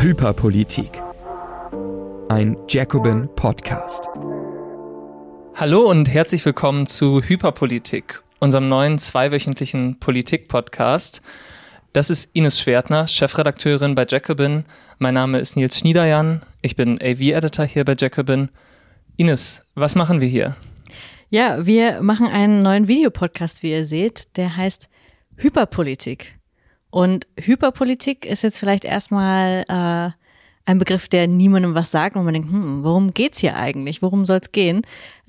Hyperpolitik. Ein Jacobin-Podcast. Hallo und herzlich willkommen zu Hyperpolitik, unserem neuen zweiwöchentlichen Politik-Podcast. Das ist Ines Schwertner, Chefredakteurin bei Jacobin. Mein Name ist Nils Schniederjan. Ich bin AV-Editor hier bei Jacobin. Ines, was machen wir hier? Ja, wir machen einen neuen Videopodcast, wie ihr seht. Der heißt Hyperpolitik. Und Hyperpolitik ist jetzt vielleicht erstmal ein Begriff, der niemandem was sagt, wo man denkt, worum geht's hier eigentlich? Worum soll's gehen?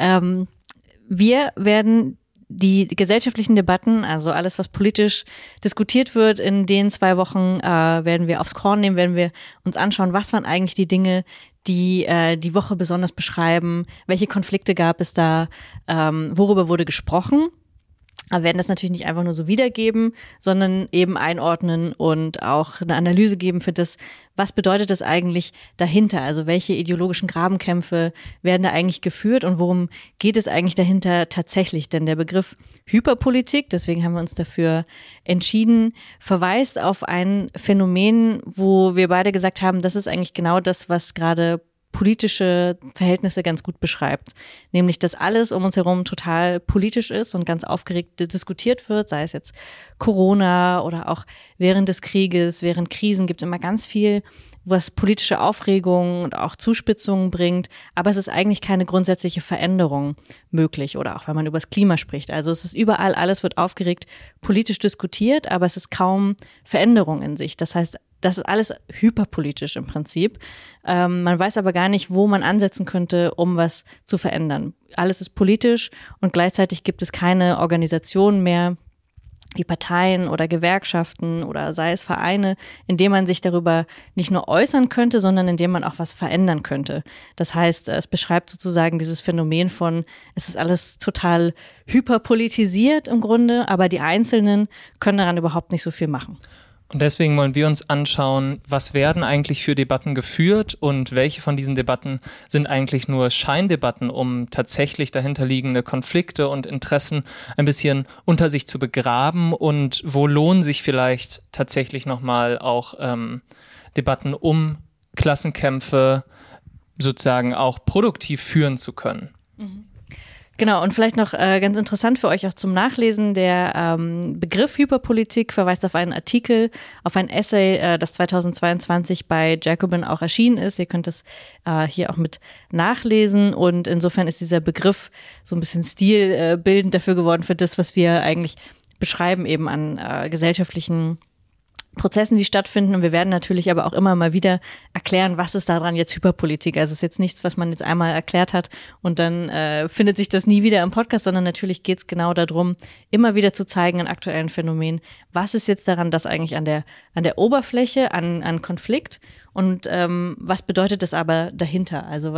Wir werden die gesellschaftlichen Debatten, also alles, was politisch diskutiert wird, in den 2 Wochen werden wir aufs Korn nehmen, werden wir uns anschauen, was waren eigentlich die Dinge, die die Woche besonders beschreiben, welche Konflikte gab es da, worüber wurde gesprochen. Aber wir werden das natürlich nicht einfach nur so wiedergeben, sondern eben einordnen und auch eine Analyse geben für das, was bedeutet das eigentlich dahinter? Also welche ideologischen Grabenkämpfe werden da eigentlich geführt und worum geht es eigentlich dahinter tatsächlich? Denn der Begriff Hyperpolitik, deswegen haben wir uns dafür entschieden, verweist auf ein Phänomen, wo wir beide gesagt haben, das ist eigentlich genau das, was gerade politische Verhältnisse ganz gut beschreibt. Nämlich, dass alles um uns herum total politisch ist und ganz aufgeregt diskutiert wird, sei es jetzt Corona oder auch während des Krieges, während Krisen gibt es immer ganz viel, was politische Aufregung und auch Zuspitzungen bringt, aber es ist eigentlich keine grundsätzliche Veränderung möglich oder auch wenn man über das Klima spricht. Also es ist überall, alles wird aufgeregt politisch diskutiert, aber es ist kaum Veränderung in sich. Das heißt, das ist alles hyperpolitisch im Prinzip. Man weiß aber gar nicht, wo man ansetzen könnte, um was zu verändern. Alles ist politisch und gleichzeitig gibt es keine Organisationen mehr, wie Parteien oder Gewerkschaften oder sei es Vereine, in denen man sich darüber nicht nur äußern könnte, sondern in denen man auch was verändern könnte. Das heißt, es beschreibt sozusagen dieses Phänomen von, es ist alles total hyperpolitisiert im Grunde, aber die Einzelnen können daran überhaupt nicht so viel machen. Und deswegen wollen wir uns anschauen, was werden eigentlich für Debatten geführt und welche von diesen Debatten sind eigentlich nur Scheindebatten, um tatsächlich dahinterliegende Konflikte und Interessen ein bisschen unter sich zu begraben und wo lohnen sich vielleicht tatsächlich nochmal auch Debatten, um Klassenkämpfe sozusagen auch produktiv führen zu können. Mhm. Genau, und vielleicht noch ganz interessant für euch auch zum Nachlesen, der Begriff Hyperpolitik verweist auf einen Artikel, auf ein Essay, das 2022 bei Jacobin auch erschienen ist. Ihr könnt es hier auch mit nachlesen und insofern ist dieser Begriff so ein bisschen stilbildend dafür geworden für das, was wir eigentlich beschreiben eben an gesellschaftlichen Prozessen, die stattfinden und wir werden natürlich aber auch immer mal wieder erklären, was ist daran jetzt Hyperpolitik. Also es ist jetzt nichts, was man jetzt einmal erklärt hat und dann findet sich das nie wieder im Podcast, sondern natürlich geht es genau darum, immer wieder zu zeigen an aktuellen Phänomenen, was ist jetzt daran das eigentlich an der Oberfläche, an Konflikt und was bedeutet das aber dahinter? Also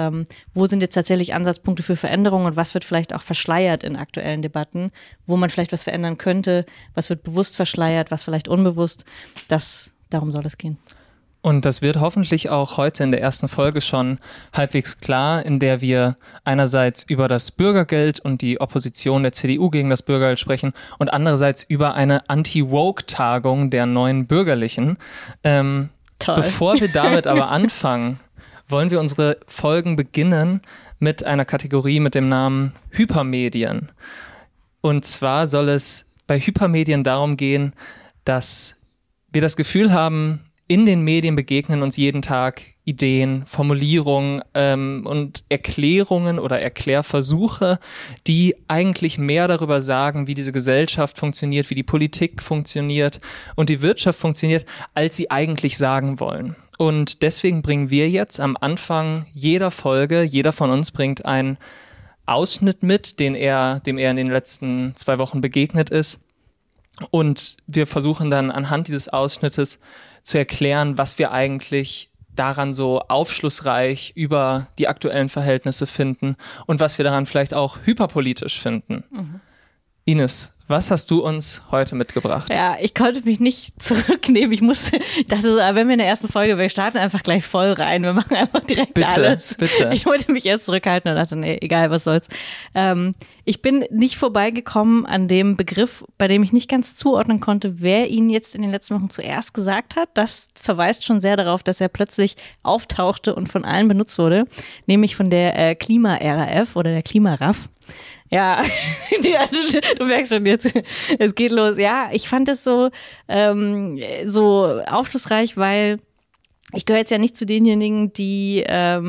wo sind jetzt tatsächlich Ansatzpunkte für Veränderungen und was wird vielleicht auch verschleiert in aktuellen Debatten, wo man vielleicht was verändern könnte, was wird bewusst verschleiert, was vielleicht unbewusst. Darum soll es gehen. Und das wird hoffentlich auch heute in der ersten Folge schon halbwegs klar, in der wir einerseits über das Bürgergeld und die Opposition der CDU gegen das Bürgergeld sprechen und andererseits über eine Anti-Woke-Tagung der neuen Bürgerlichen. Toll. Bevor wir damit aber anfangen, wollen wir unsere Folgen beginnen mit einer Kategorie mit dem Namen Hypermedien. Und zwar soll es bei Hypermedien darum gehen, dass wir das Gefühl haben, in den Medien begegnen uns jeden Tag Ideen, Formulierungen und Erklärungen oder Erklärversuche, die eigentlich mehr darüber sagen, wie diese Gesellschaft funktioniert, wie die Politik funktioniert und die Wirtschaft funktioniert, als sie eigentlich sagen wollen. Und deswegen bringen wir jetzt am Anfang jeder Folge, jeder von uns bringt einen Ausschnitt mit, dem er in den letzten 2 Wochen begegnet ist. Und wir versuchen dann anhand dieses Ausschnittes zu erklären, was wir eigentlich daran so aufschlussreich über die aktuellen Verhältnisse finden und was wir daran vielleicht auch hyperpolitisch finden. Mhm. Ines, Was hast du uns heute mitgebracht? Ja, ich konnte mich nicht zurücknehmen. Ich dachte so, wenn wir in der ersten Folge, wir starten einfach gleich voll rein. Wir machen einfach direkt alles. Bitte. Ich wollte mich erst zurückhalten und dachte, nee, egal, was soll's. Ich bin nicht vorbeigekommen an dem Begriff, bei dem ich nicht ganz zuordnen konnte, wer ihn jetzt in den letzten Wochen zuerst gesagt hat. Das verweist schon sehr darauf, dass er plötzlich auftauchte und von allen benutzt wurde, nämlich von der Klima-RAF oder der Klima-RAF. Ja, du merkst schon jetzt, es geht los. Ja, ich fand es so aufschlussreich, weil ich gehöre jetzt ja nicht zu denjenigen, die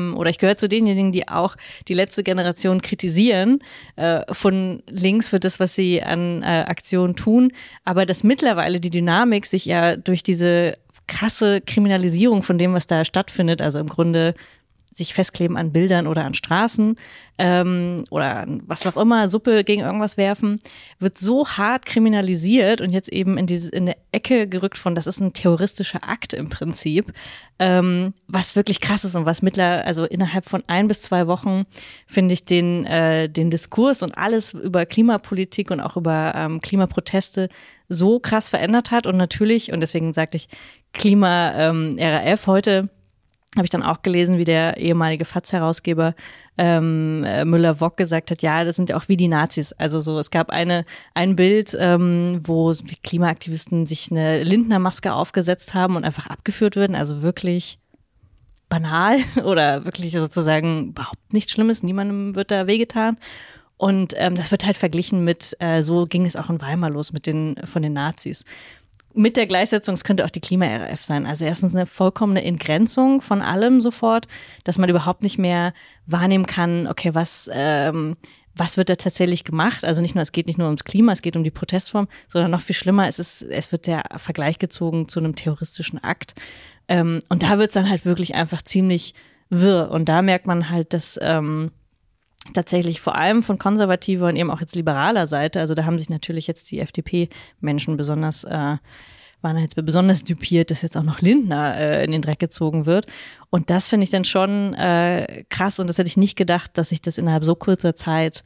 auch die letzte Generation kritisieren von links für das, was sie an Aktionen tun. Aber dass mittlerweile die Dynamik sich ja durch diese krasse Kriminalisierung von dem, was da stattfindet, also im Grunde sich festkleben an Bildern oder an Straßen oder an was auch immer, Suppe gegen irgendwas werfen, wird so hart kriminalisiert und jetzt eben in eine Ecke gerückt von, das ist ein terroristischer Akt im Prinzip, was wirklich krass ist und was also innerhalb von 1 bis 2 Wochen finde ich den Diskurs und alles über Klimapolitik und auch über Klimaproteste so krass verändert hat und natürlich, und deswegen sagte ich Klima-RAF heute, habe ich dann auch gelesen, wie der ehemalige FAZ-Herausgeber Müller-Wock gesagt hat, ja, das sind ja auch wie die Nazis. Also so, es gab ein Bild, wo die Klimaaktivisten sich eine Lindner-Maske aufgesetzt haben und einfach abgeführt würden. Also wirklich banal oder wirklich sozusagen überhaupt nichts Schlimmes. Niemandem wird da wehgetan. Und das wird halt verglichen mit, so ging es auch in Weimar los von den Nazis. Mit der Gleichsetzung, es könnte auch die Klima-RAF sein. Also erstens eine vollkommene Entgrenzung von allem sofort, dass man überhaupt nicht mehr wahrnehmen kann, okay, was wird da tatsächlich gemacht? Also es geht nicht nur ums Klima, es geht um die Protestform, sondern noch viel schlimmer, es wird der Vergleich gezogen zu einem terroristischen Akt. Und da wird es dann halt wirklich einfach ziemlich wirr. Und da merkt man halt, dass tatsächlich vor allem von konservativer und eben auch jetzt liberaler Seite, also da haben sich natürlich jetzt die FDP-Menschen waren jetzt besonders düpiert, dass jetzt auch noch Lindner in den Dreck gezogen wird. Und das finde ich dann schon krass und das hätte ich nicht gedacht, dass sich das innerhalb so kurzer Zeit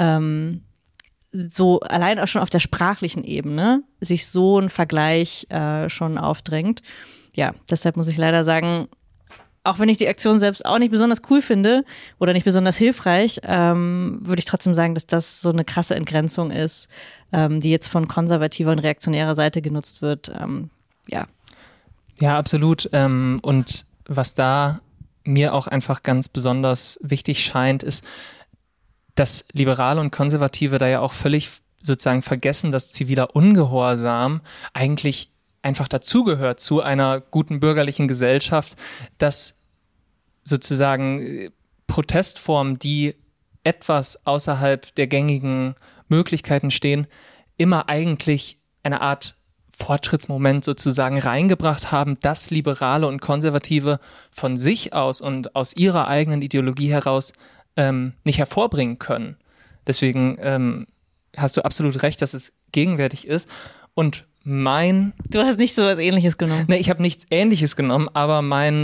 so allein auch schon auf der sprachlichen Ebene sich so ein Vergleich schon aufdrängt. Ja, deshalb muss ich leider sagen, auch wenn ich die Aktion selbst auch nicht besonders cool finde oder nicht besonders hilfreich, würde ich trotzdem sagen, dass das so eine krasse Entgrenzung ist, die jetzt von konservativer und reaktionärer Seite genutzt wird. Ja. Ja, absolut. Und was da mir auch einfach ganz besonders wichtig scheint, ist, dass Liberale und Konservative da ja auch völlig sozusagen vergessen, dass ziviler Ungehorsam eigentlich einfach dazugehört zu einer guten bürgerlichen Gesellschaft, dass sozusagen Protestformen, die etwas außerhalb der gängigen Möglichkeiten stehen, immer eigentlich eine Art Fortschrittsmoment sozusagen reingebracht haben, dass Liberale und Konservative von sich aus und aus ihrer eigenen Ideologie heraus nicht hervorbringen können. Deswegen hast du absolut recht, dass es gegenwärtig ist. Und du hast nicht so was Ähnliches genommen. Nee, ich habe nichts Ähnliches genommen, aber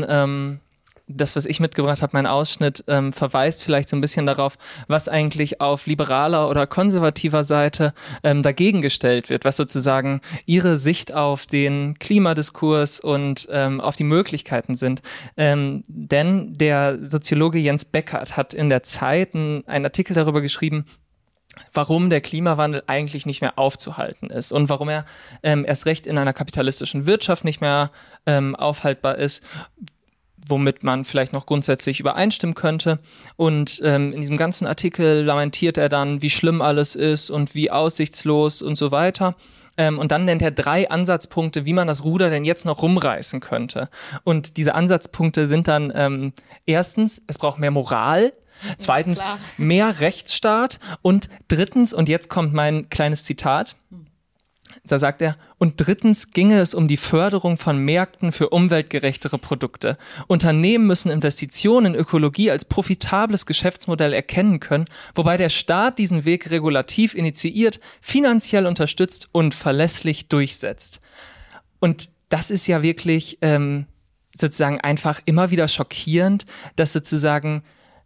das, was ich mitgebracht habe, mein Ausschnitt, verweist vielleicht so ein bisschen darauf, was eigentlich auf liberaler oder konservativer Seite dagegen gestellt wird, was sozusagen ihre Sicht auf den Klimadiskurs und auf die Möglichkeiten sind. Denn der Soziologe Jens Beckert hat in der Zeit einen Artikel darüber geschrieben, warum der Klimawandel eigentlich nicht mehr aufzuhalten ist und warum er erst recht in einer kapitalistischen Wirtschaft nicht mehr aufhaltbar ist, womit man vielleicht noch grundsätzlich übereinstimmen könnte. Und in diesem ganzen Artikel lamentiert er dann, wie schlimm alles ist und wie aussichtslos und so weiter. Und dann nennt er 3 Ansatzpunkte, wie man das Ruder denn jetzt noch rumreißen könnte. Und diese Ansatzpunkte sind dann erstens, es braucht mehr Moral. Zweitens, mehr Rechtsstaat. Und drittens, und jetzt kommt mein kleines Zitat, da sagt er, und drittens ginge es um die Förderung von Märkten für umweltgerechtere Produkte. Unternehmen müssen Investitionen in Ökologie als profitables Geschäftsmodell erkennen können, wobei der Staat diesen Weg regulativ initiiert, finanziell unterstützt und verlässlich durchsetzt. Und das ist ja wirklich sozusagen einfach immer wieder schockierend, dass sozusagen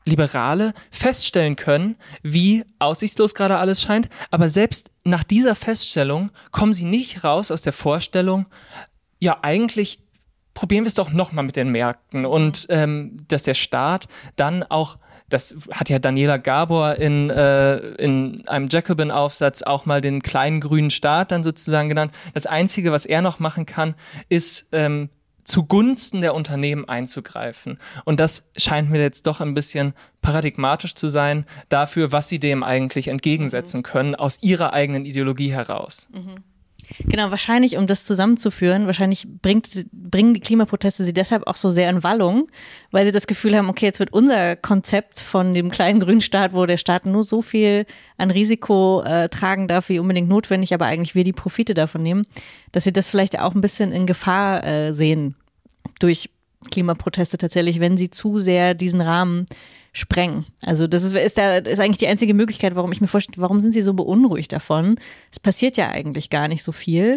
Liberale feststellen können, wie aussichtslos gerade alles scheint, aber selbst nach dieser Feststellung kommen sie nicht raus aus der Vorstellung, ja, eigentlich probieren wir es doch nochmal mit den Märkten und dass der Staat dann auch, das hat ja Daniela Gabor in einem Jacobin-Aufsatz auch mal den kleinen grünen Staat dann sozusagen genannt. Das Einzige, was er noch machen kann, ist zugunsten der Unternehmen einzugreifen. Und das scheint mir jetzt doch ein bisschen paradigmatisch zu sein dafür, was sie dem eigentlich entgegensetzen können, aus ihrer eigenen Ideologie heraus. Genau, wahrscheinlich, um das zusammenzuführen, wahrscheinlich bringen die Klimaproteste sie deshalb auch so sehr in Wallung, weil sie das Gefühl haben, okay, jetzt wird unser Konzept von dem kleinen grünen Staat, wo der Staat nur so viel an Risiko tragen darf, wie unbedingt notwendig, aber eigentlich wir die Profite davon nehmen, dass sie das vielleicht auch ein bisschen in Gefahr sehen durch Klimaproteste tatsächlich, wenn sie zu sehr diesen Rahmen sprengen. Also das ist eigentlich die einzige Möglichkeit, warum ich mir vorstelle, warum sind sie so beunruhigt davon? Es passiert ja eigentlich gar nicht so viel.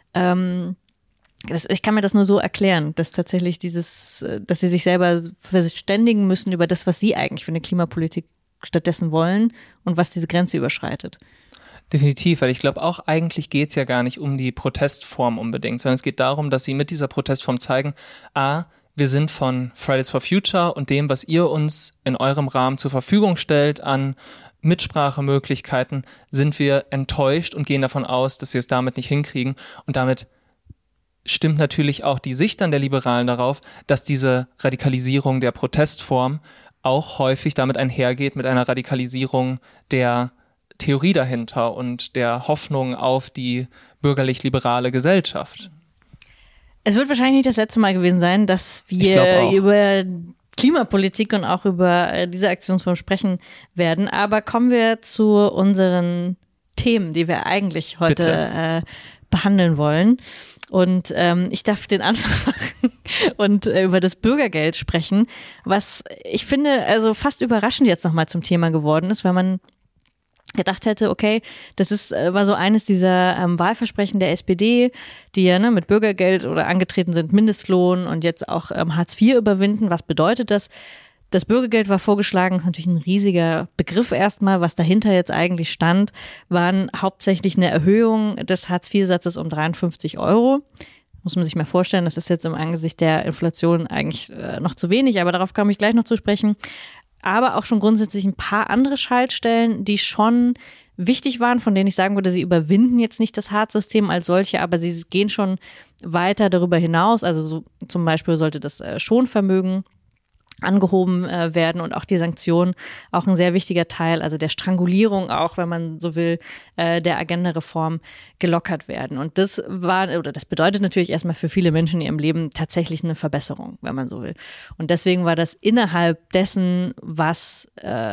Ich kann mir das nur so erklären, dass tatsächlich dass sie sich selber verständigen müssen über das, was sie eigentlich für eine Klimapolitik stattdessen wollen und was diese Grenze überschreitet. Definitiv, weil ich glaube auch, eigentlich geht es ja gar nicht um die Protestform unbedingt, sondern es geht darum, dass sie mit dieser Protestform zeigen, wir sind von Fridays for Future und dem, was ihr uns in eurem Rahmen zur Verfügung stellt an Mitsprachemöglichkeiten, sind wir enttäuscht und gehen davon aus, dass wir es damit nicht hinkriegen. Und damit stimmt natürlich auch die Sicht dann der Liberalen darauf, dass diese Radikalisierung der Protestform auch häufig damit einhergeht mit einer Radikalisierung der Theorie dahinter und der Hoffnung auf die bürgerlich-liberale Gesellschaft. Es wird wahrscheinlich nicht das letzte Mal gewesen sein, dass wir über Klimapolitik und auch über diese Aktionsform sprechen werden. Aber kommen wir zu unseren Themen, die wir eigentlich heute behandeln wollen. Und ich darf den Anfang machen und über das Bürgergeld sprechen, was ich finde, also fast überraschend jetzt nochmal zum Thema geworden ist, weil man gedacht hätte, okay, das war so eines dieser Wahlversprechen der SPD, die ja mit Bürgergeld oder angetreten sind, Mindestlohn und jetzt auch Hartz IV überwinden. Was bedeutet das? Das Bürgergeld war vorgeschlagen, ist natürlich ein riesiger Begriff erstmal. Was dahinter jetzt eigentlich stand, waren hauptsächlich eine Erhöhung des Hartz-IV-Satzes um 53 €. Muss man sich mal vorstellen, das ist jetzt im Angesicht der Inflation eigentlich noch zu wenig, aber darauf komme ich gleich noch zu sprechen. Aber auch schon grundsätzlich ein paar andere Schaltstellen, die schon wichtig waren, von denen ich sagen würde, sie überwinden jetzt nicht das Hartz-System als solche, aber sie gehen schon weiter darüber hinaus. Also so, zum Beispiel sollte das Schonvermögen angehoben werden und auch die Sanktionen, auch ein sehr wichtiger Teil, also der Strangulierung auch, wenn man so will, der Agenda-Reform gelockert werden. Und das bedeutet natürlich erstmal für viele Menschen in ihrem Leben tatsächlich eine Verbesserung, wenn man so will. Und deswegen war das innerhalb dessen, was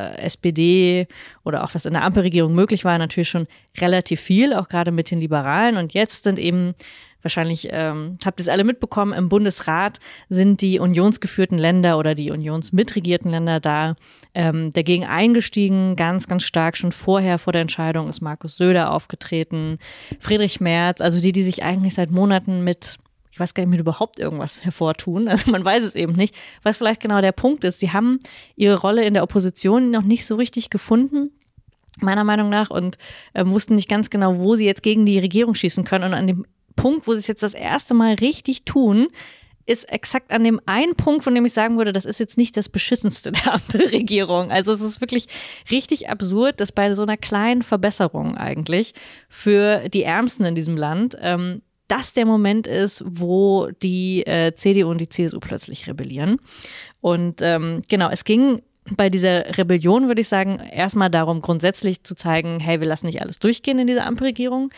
SPD oder auch was in der Ampelregierung möglich war, natürlich schon relativ viel, auch gerade mit den Liberalen. Und jetzt sind eben wahrscheinlich habt ihr es alle mitbekommen, im Bundesrat sind die unionsgeführten Länder oder die unionsmitregierten Länder da dagegen eingestiegen, ganz, ganz stark. Schon vor der Entscheidung ist Markus Söder aufgetreten, Friedrich Merz, also die sich eigentlich seit Monaten ich weiß gar nicht, mit überhaupt irgendwas hervortun. Also man weiß es eben nicht, was vielleicht genau der Punkt ist. Sie haben ihre Rolle in der Opposition noch nicht so richtig gefunden, meiner Meinung nach, und wussten nicht ganz genau, wo sie jetzt gegen die Regierung schießen können. Und an dem Punkt, wo sie es jetzt das erste Mal richtig tun, ist exakt an dem einen Punkt, von dem ich sagen würde, das ist jetzt nicht das Beschissenste der Ampelregierung. Also es ist wirklich richtig absurd, dass bei so einer kleinen Verbesserung eigentlich für die Ärmsten in diesem Land das der Moment ist, wo die CDU und die CSU plötzlich rebellieren. Und genau, es ging bei dieser Rebellion, würde ich sagen, erstmal darum, grundsätzlich zu zeigen, hey, wir lassen nicht alles durchgehen in dieser Ampelregierung.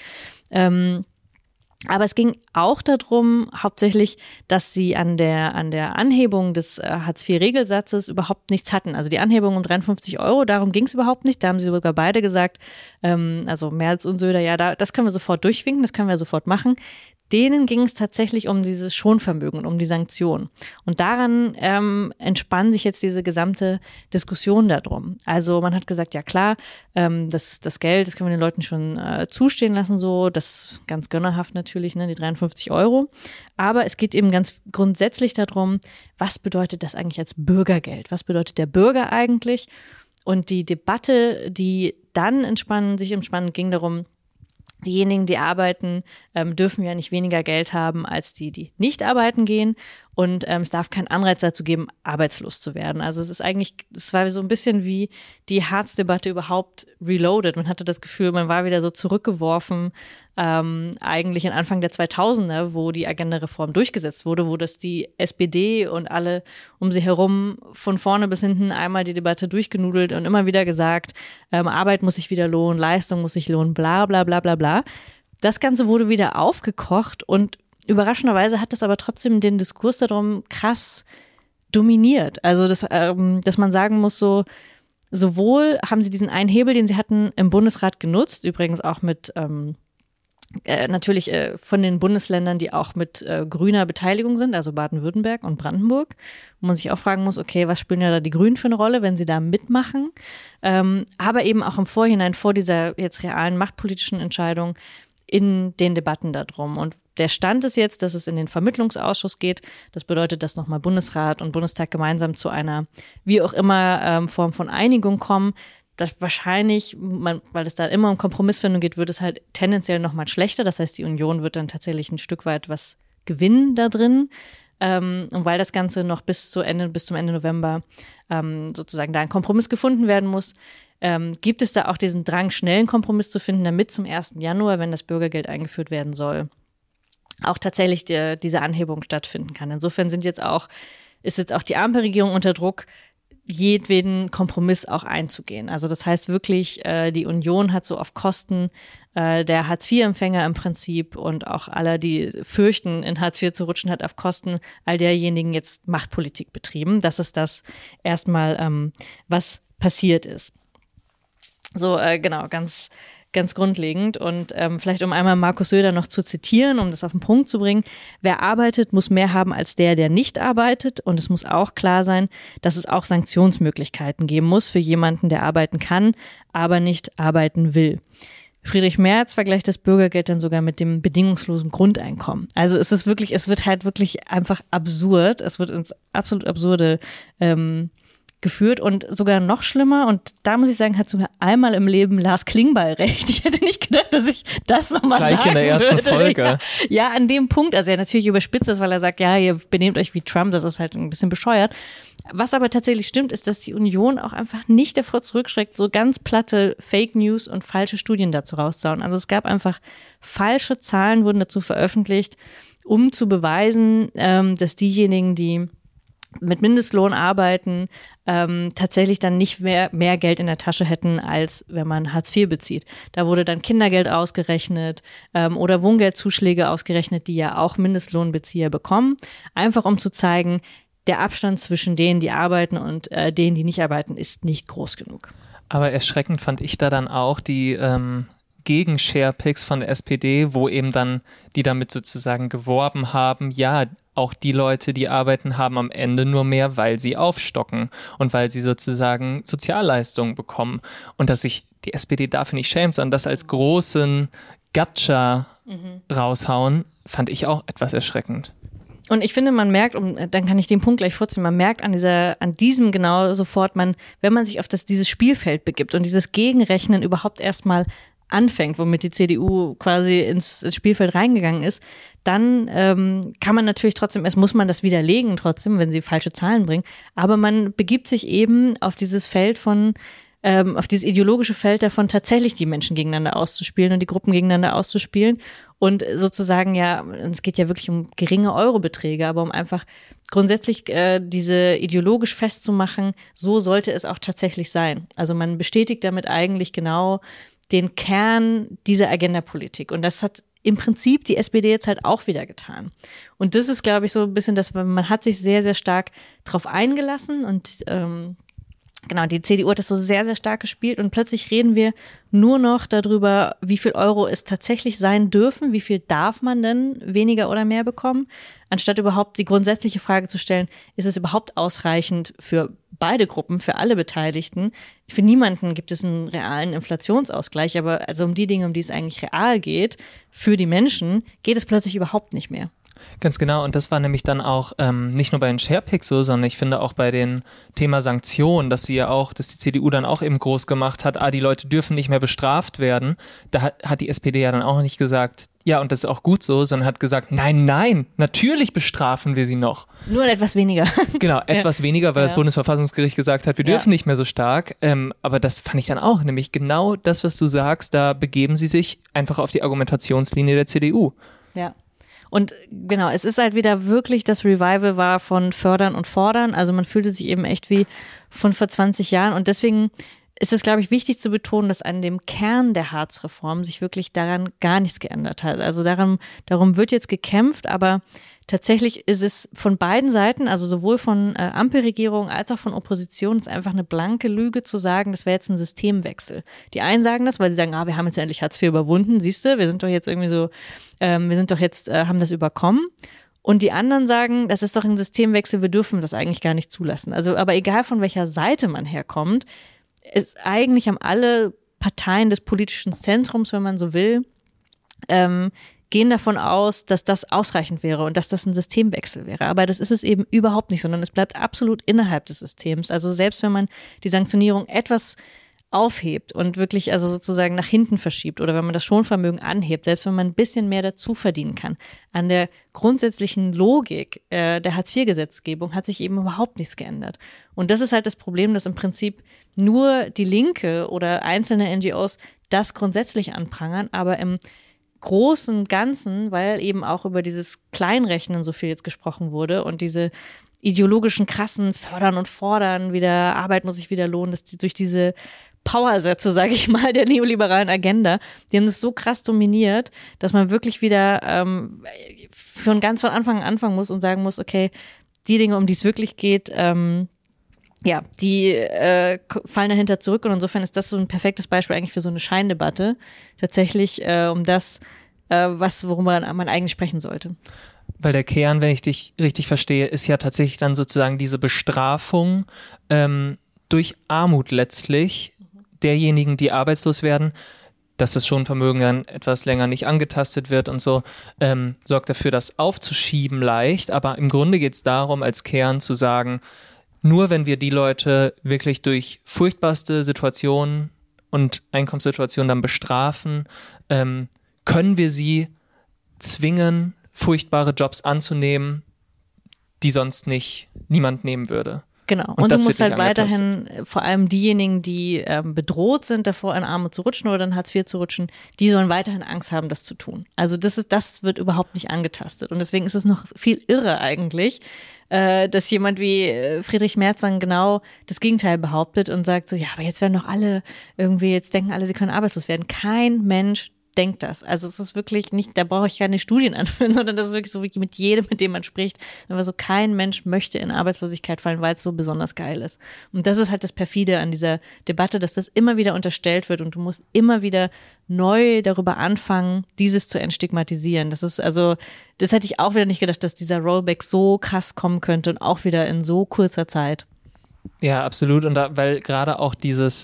Aber es ging auch darum, hauptsächlich, dass sie an der Anhebung des Hartz-IV-Regelsatzes überhaupt nichts hatten. Also die Anhebung um 53 €, darum ging es überhaupt nicht. Da haben sie sogar beide gesagt, also Merz und Söder, ja, das können wir sofort durchwinken, das können wir sofort machen. Denen ging es tatsächlich um dieses Schonvermögen, um die Sanktionen. Und daran entspann sich jetzt diese gesamte Diskussion darum. Also man hat gesagt, ja klar, das Geld, das können wir den Leuten schon zustehen lassen, so, das ist ganz gönnerhaft natürlich. natürlich, ne, die 53 €. Aber es geht eben ganz grundsätzlich darum, was bedeutet das eigentlich als Bürgergeld? Was bedeutet der Bürger eigentlich? Und die Debatte, die dann sich entspannen, ging darum, diejenigen, die arbeiten, dürfen ja nicht weniger Geld haben als die nicht arbeiten gehen. Und es darf keinen Anreiz dazu geben, arbeitslos zu werden. Also es war so ein bisschen wie die Hartz-Debatte überhaupt reloaded. Man hatte das Gefühl, man war wieder so zurückgeworfen, eigentlich in Anfang der 2000er, wo die Agenda-Reform durchgesetzt wurde, wo das die SPD und alle um sie herum von vorne bis hinten einmal die Debatte durchgenudelt und immer wieder gesagt, Arbeit muss sich wieder lohnen, Leistung muss sich lohnen, bla bla bla bla bla. Das Ganze wurde wieder aufgekocht und überraschenderweise hat das aber trotzdem den Diskurs darum krass dominiert. Also, dass man sagen muss, sowohl haben sie diesen einen Hebel, den sie hatten, im Bundesrat genutzt, übrigens auch mit natürlich von den Bundesländern, die auch mit grüner Beteiligung sind, also Baden-Württemberg und Brandenburg, wo man sich auch fragen muss, okay, was spielen ja da die Grünen für eine Rolle, wenn sie da mitmachen? Aber eben auch im Vorhinein, vor dieser jetzt realen machtpolitischen Entscheidung, in den Debatten darum. Und der Stand ist jetzt, dass es in den Vermittlungsausschuss geht. Das bedeutet, dass nochmal Bundesrat und Bundestag gemeinsam zu einer, wie auch immer, Form von Einigung kommen. Das wahrscheinlich, weil es da immer um Kompromissfindung geht, wird es halt tendenziell nochmal schlechter. Das heißt, die Union wird dann tatsächlich ein Stück weit was gewinnen da drin. Und weil das Ganze noch bis zum Ende November sozusagen da ein Kompromiss gefunden werden muss, gibt es da auch diesen Drang, schnell einen Kompromiss zu finden, damit zum 1. Januar, wenn das Bürgergeld eingeführt werden soll, auch tatsächlich diese Anhebung stattfinden kann. Insofern ist jetzt auch die Ampelregierung unter Druck, jedweden Kompromiss auch einzugehen. Also das heißt wirklich, die Union hat so auf Kosten der Hartz-IV-Empfänger im Prinzip und auch aller, die fürchten, in Hartz IV zu rutschen, hat auf Kosten all derjenigen jetzt Machtpolitik betrieben. Das ist das erstmal, was passiert ist. So, genau, ganz grundlegend. Und vielleicht um einmal Markus Söder noch zu zitieren, um das auf den Punkt zu bringen. Wer arbeitet, muss mehr haben als der nicht arbeitet. Und es muss auch klar sein, dass es auch Sanktionsmöglichkeiten geben muss für jemanden, der arbeiten kann, aber nicht arbeiten will. Friedrich Merz vergleicht das Bürgergeld dann sogar mit dem bedingungslosen Grundeinkommen. Also es wird halt wirklich einfach absurd. Es wird ins absolut Absurde geführt und sogar noch schlimmer. Und da muss ich sagen, hat sogar einmal im Leben Lars Klingbeil recht. Ich hätte nicht gedacht, dass ich das nochmal sagen würde. Gleich in der ersten Folge. Ja, an dem Punkt. Also er natürlich überspitzt das, weil er sagt, ja, ihr benehmt euch wie Trump. Das ist halt ein bisschen bescheuert. Was aber tatsächlich stimmt, ist, dass die Union auch einfach nicht davor zurückschreckt, so ganz platte Fake News und falsche Studien dazu rauszuhauen. Also es gab einfach falsche Zahlen, wurden dazu veröffentlicht, um zu beweisen, dass diejenigen, die mit Mindestlohn arbeiten, tatsächlich dann nicht mehr Geld in der Tasche hätten, als wenn man Hartz IV bezieht. Da wurde dann Kindergeld ausgerechnet oder Wohngeldzuschläge ausgerechnet, die ja auch Mindestlohnbezieher bekommen, einfach um zu zeigen, der Abstand zwischen denen, die arbeiten und denen, die nicht arbeiten, ist nicht groß genug. Aber erschreckend fand ich da dann auch die Gegen-Share-Picks von der SPD, wo eben dann die damit sozusagen geworben haben, ja, auch die Leute, die arbeiten, haben am Ende nur mehr, weil sie aufstocken und weil sie sozusagen Sozialleistungen bekommen. Und dass sich die SPD dafür nicht schämt, sondern das als großen Gatscha raushauen, fand ich auch etwas erschreckend. Und ich finde, man merkt, dann kann ich den Punkt gleich vorziehen, man merkt an diesem genau sofort, wenn man sich auf dieses Spielfeld begibt und dieses Gegenrechnen überhaupt erstmal anfängt, womit die CDU quasi ins Spielfeld reingegangen ist, dann kann man natürlich trotzdem, muss man das widerlegen trotzdem, wenn sie falsche Zahlen bringen, aber man begibt sich eben auf dieses Feld auf dieses ideologische Feld davon, tatsächlich die Menschen gegeneinander auszuspielen und die Gruppen gegeneinander auszuspielen und sozusagen es geht ja wirklich um geringe Eurobeträge, aber um einfach grundsätzlich diese ideologisch festzumachen, so sollte es auch tatsächlich sein. Also man bestätigt damit eigentlich genau den Kern dieser Agenda-Politik. Und das hat im Prinzip die SPD jetzt halt auch wieder getan. Und das ist, glaube ich, so ein bisschen man hat sich sehr, sehr stark drauf eingelassen und Genau, die CDU hat das so sehr, sehr stark gespielt und plötzlich reden wir nur noch darüber, wie viel Euro es tatsächlich sein dürfen, wie viel darf man denn weniger oder mehr bekommen, anstatt überhaupt die grundsätzliche Frage zu stellen, ist es überhaupt ausreichend für beide Gruppen, für alle Beteiligten? Für niemanden gibt es einen realen Inflationsausgleich, aber also um die Dinge, um die es eigentlich real geht, für die Menschen, geht es plötzlich überhaupt nicht mehr. Ganz genau, und das war nämlich dann auch nicht nur bei den Sharepics so, sondern ich finde auch bei dem Thema Sanktionen, dass die CDU dann auch eben groß gemacht hat, die Leute dürfen nicht mehr bestraft werden. Da hat die SPD ja dann auch nicht gesagt, ja, und das ist auch gut so, sondern hat gesagt, nein, natürlich bestrafen wir sie noch. Nur etwas weniger. Genau, etwas weniger, weil das Bundesverfassungsgericht gesagt hat, wir dürfen nicht mehr so stark. Aber das fand ich dann auch, nämlich genau das, was du sagst, da begeben sie sich einfach auf die Argumentationslinie der CDU. Ja. Und genau, es ist halt wieder wirklich, das Revival war von Fördern und Fordern. Also man fühlte sich eben echt wie von vor 20 Jahren. Und deswegen ist es, glaube ich, wichtig zu betonen, dass an dem Kern der Hartz-Reform sich wirklich daran gar nichts geändert hat. Also darum wird jetzt gekämpft, aber tatsächlich ist es von beiden Seiten, also sowohl von Ampelregierung als auch von Opposition, ist einfach eine blanke Lüge zu sagen, das wäre jetzt ein Systemwechsel. Die einen sagen das, weil sie sagen, wir haben jetzt endlich Hartz IV überwunden, siehst du, wir sind doch jetzt irgendwie so, haben das überkommen. Und die anderen sagen, das ist doch ein Systemwechsel, wir dürfen das eigentlich gar nicht zulassen. Also, aber egal von welcher Seite man herkommt, eigentlich haben alle Parteien des politischen Zentrums, wenn man so will, gehen davon aus, dass das ausreichend wäre und dass das ein Systemwechsel wäre. Aber das ist es eben überhaupt nicht, sondern es bleibt absolut innerhalb des Systems. Also selbst wenn man die Sanktionierung etwas aufhebt und wirklich also sozusagen nach hinten verschiebt oder wenn man das Schonvermögen anhebt, selbst wenn man ein bisschen mehr dazu verdienen kann, an der grundsätzlichen Logik der Hartz-IV-Gesetzgebung hat sich eben überhaupt nichts geändert. Und das ist halt das Problem, dass im Prinzip nur die Linke oder einzelne NGOs das grundsätzlich anprangern, aber im großen Ganzen, weil eben auch über dieses Kleinrechnen so viel jetzt gesprochen wurde und diese ideologischen krassen Fördern und Fordern, wieder Arbeit muss sich wieder lohnen, dass die durch diese Powersätze, sage ich mal, der neoliberalen Agenda, die haben das so krass dominiert, dass man wirklich wieder von Anfang an anfangen muss und sagen muss, okay, die Dinge, um die es wirklich geht, die fallen dahinter zurück und insofern ist das so ein perfektes Beispiel eigentlich für so eine Scheindebatte, tatsächlich um das, worüber man eigentlich sprechen sollte. Weil der Kern, wenn ich dich richtig verstehe, ist ja tatsächlich dann sozusagen diese Bestrafung durch Armut letztlich derjenigen, die arbeitslos werden, dass das Schonvermögen dann etwas länger nicht angetastet wird und so, sorgt dafür, das aufzuschieben leicht. Aber im Grunde geht es darum, als Kern zu sagen, nur wenn wir die Leute wirklich durch furchtbarste Situationen und Einkommenssituationen dann bestrafen, können wir sie zwingen, furchtbare Jobs anzunehmen, die sonst niemand nehmen würde. Genau. Und du musst halt weiterhin vor allem diejenigen, die bedroht sind, davor in Armut zu rutschen oder in Hartz IV zu rutschen, die sollen weiterhin Angst haben, das zu tun. Also das wird überhaupt nicht angetastet. Und deswegen ist es noch viel irrer eigentlich, dass jemand wie Friedrich Merz dann genau das Gegenteil behauptet und sagt so, ja, aber jetzt werden doch alle irgendwie, jetzt denken alle, sie können arbeitslos werden. Kein Mensch denkt das. Also es ist wirklich nicht, da brauche ich keine Studien anführen, sondern das ist wirklich so wie mit jedem, mit dem man spricht. Aber so kein Mensch möchte in Arbeitslosigkeit fallen, weil es so besonders geil ist. Und das ist halt das Perfide an dieser Debatte, dass das immer wieder unterstellt wird und du musst immer wieder neu darüber anfangen, dieses zu entstigmatisieren. Das hätte ich auch wieder nicht gedacht, dass dieser Rollback so krass kommen könnte und auch wieder in so kurzer Zeit. Ja, absolut. Und weil gerade auch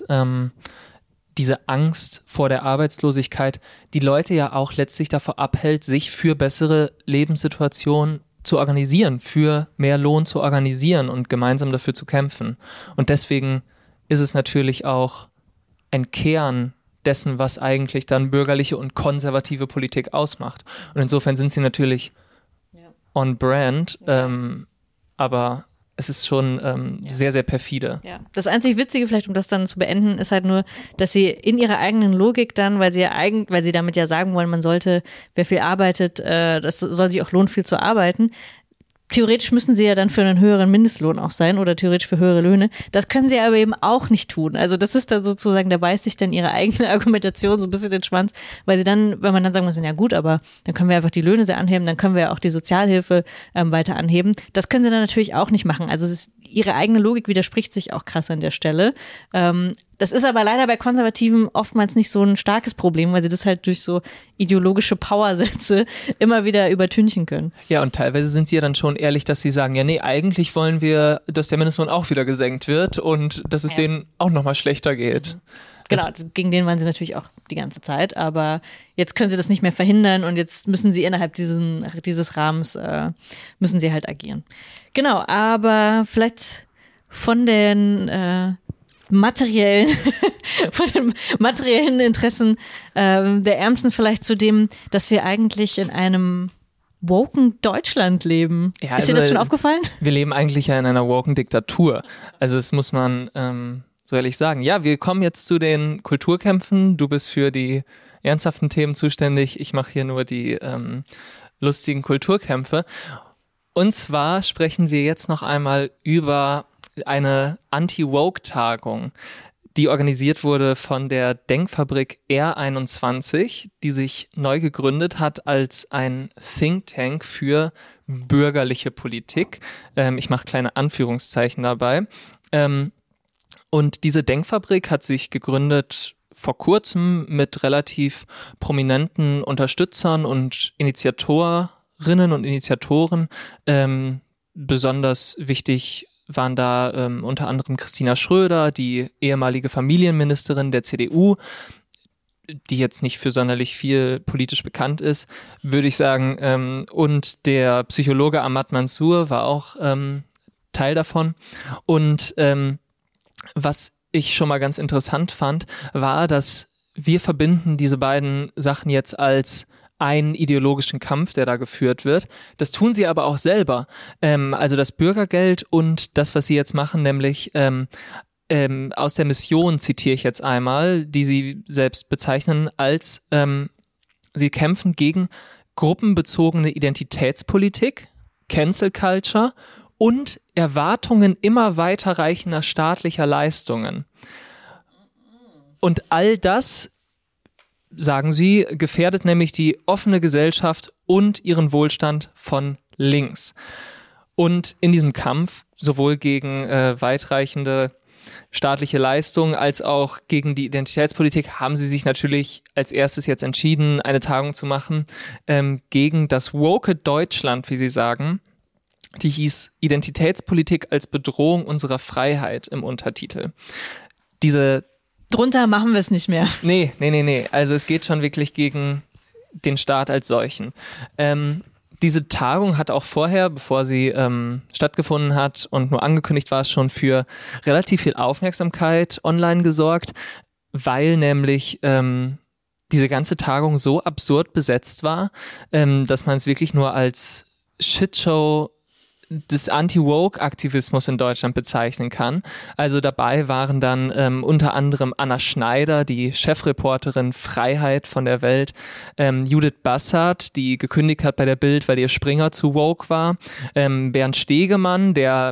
diese Angst vor der Arbeitslosigkeit die Leute ja auch letztlich davor abhält, sich für bessere Lebenssituationen zu organisieren, für mehr Lohn zu organisieren und gemeinsam dafür zu kämpfen. Und deswegen ist es natürlich auch ein Kern dessen, was eigentlich dann bürgerliche und konservative Politik ausmacht. Und insofern sind sie natürlich on brand, aber es ist schon sehr, sehr perfide. Ja. Das einzig Witzige vielleicht, um das dann zu beenden, ist halt nur, dass sie in ihrer eigenen Logik dann, weil sie damit ja sagen wollen, man sollte, wer viel arbeitet, das soll sich auch lohnen, viel zu arbeiten. Theoretisch müssen sie ja dann für einen höheren Mindestlohn auch sein oder theoretisch für höhere Löhne. Das können sie aber eben auch nicht tun. Also das ist dann sozusagen, da beißt sich dann ihre eigene Argumentation so ein bisschen den Schwanz, weil wenn man dann sagen muss, ja gut, aber dann können wir einfach die Löhne sehr anheben, dann können wir auch die Sozialhilfe weiter anheben. Das können sie dann natürlich auch nicht machen. Also ihre eigene Logik widerspricht sich auch krass an der Stelle. Das ist aber leider bei Konservativen oftmals nicht so ein starkes Problem, weil sie das halt durch so ideologische Powersätze immer wieder übertünchen können. Ja, und teilweise sind sie ja dann schon ehrlich, dass sie sagen, ja nee, eigentlich wollen wir, dass der Mindestlohn auch wieder gesenkt wird und dass es denen auch nochmal schlechter geht. Genau, gegen den waren sie natürlich auch die ganze Zeit, aber jetzt können sie das nicht mehr verhindern und jetzt müssen sie innerhalb dieses Rahmens, müssen sie halt agieren. Genau, aber vielleicht von den materiellen Interessen der Ärmsten vielleicht zu dem, dass wir eigentlich in einem woken Deutschland leben. Ja, ist dir das schon aufgefallen? Wir leben eigentlich ja in einer woken Diktatur. Also das muss man so ehrlich sagen. Ja, wir kommen jetzt zu den Kulturkämpfen. Du bist für die ernsthaften Themen zuständig. Ich mache hier nur die lustigen Kulturkämpfe. Und zwar sprechen wir jetzt noch einmal über eine Anti-Woke-Tagung, die organisiert wurde von der Denkfabrik R21, die sich neu gegründet hat als ein Think Tank für bürgerliche Politik. Ich mache kleine Anführungszeichen dabei. Und diese Denkfabrik hat sich gegründet vor kurzem mit relativ prominenten Unterstützern und Initiatorinnen und Initiatoren. Besonders wichtig waren da unter anderem Christina Schröder, die ehemalige Familienministerin der CDU, die jetzt nicht für sonderlich viel politisch bekannt ist, würde ich sagen. Und der Psychologe Ahmad Mansour war auch Teil davon. Und was ich schon mal ganz interessant fand, war, dass wir verbinden diese beiden Sachen jetzt als einen ideologischen Kampf, der da geführt wird. Das tun sie aber auch selber. Also das Bürgergeld und das, was sie jetzt machen, nämlich aus der Mission zitiere ich jetzt einmal, die sie selbst bezeichnen als sie kämpfen gegen gruppenbezogene Identitätspolitik, Cancel Culture und Erwartungen immer weiterreichender staatlicher Leistungen. Und all das, sagen sie, gefährdet nämlich die offene Gesellschaft und ihren Wohlstand von links. Und in diesem Kampf, sowohl gegen weitreichende staatliche Leistungen als auch gegen die Identitätspolitik, haben sie sich natürlich als erstes jetzt entschieden, eine Tagung zu machen gegen das woke Deutschland, wie sie sagen. Die hieß Identitätspolitik als Bedrohung unserer Freiheit im Untertitel. Drunter machen wir es nicht mehr. Nee. Also es geht schon wirklich gegen den Staat als solchen. Diese Tagung hat auch vorher, bevor sie stattgefunden hat und nur angekündigt war, schon für relativ viel Aufmerksamkeit online gesorgt, weil nämlich diese ganze Tagung so absurd besetzt war, dass man es wirklich nur als Shitshow des Anti-Woke-Aktivismus in Deutschland bezeichnen kann. Also dabei waren dann unter anderem Anna Schneider, die Chefreporterin Freiheit von der Welt, Judith Bassard, die gekündigt hat bei der Bild, weil ihr Springer zu woke war, Bernd Stegemann, der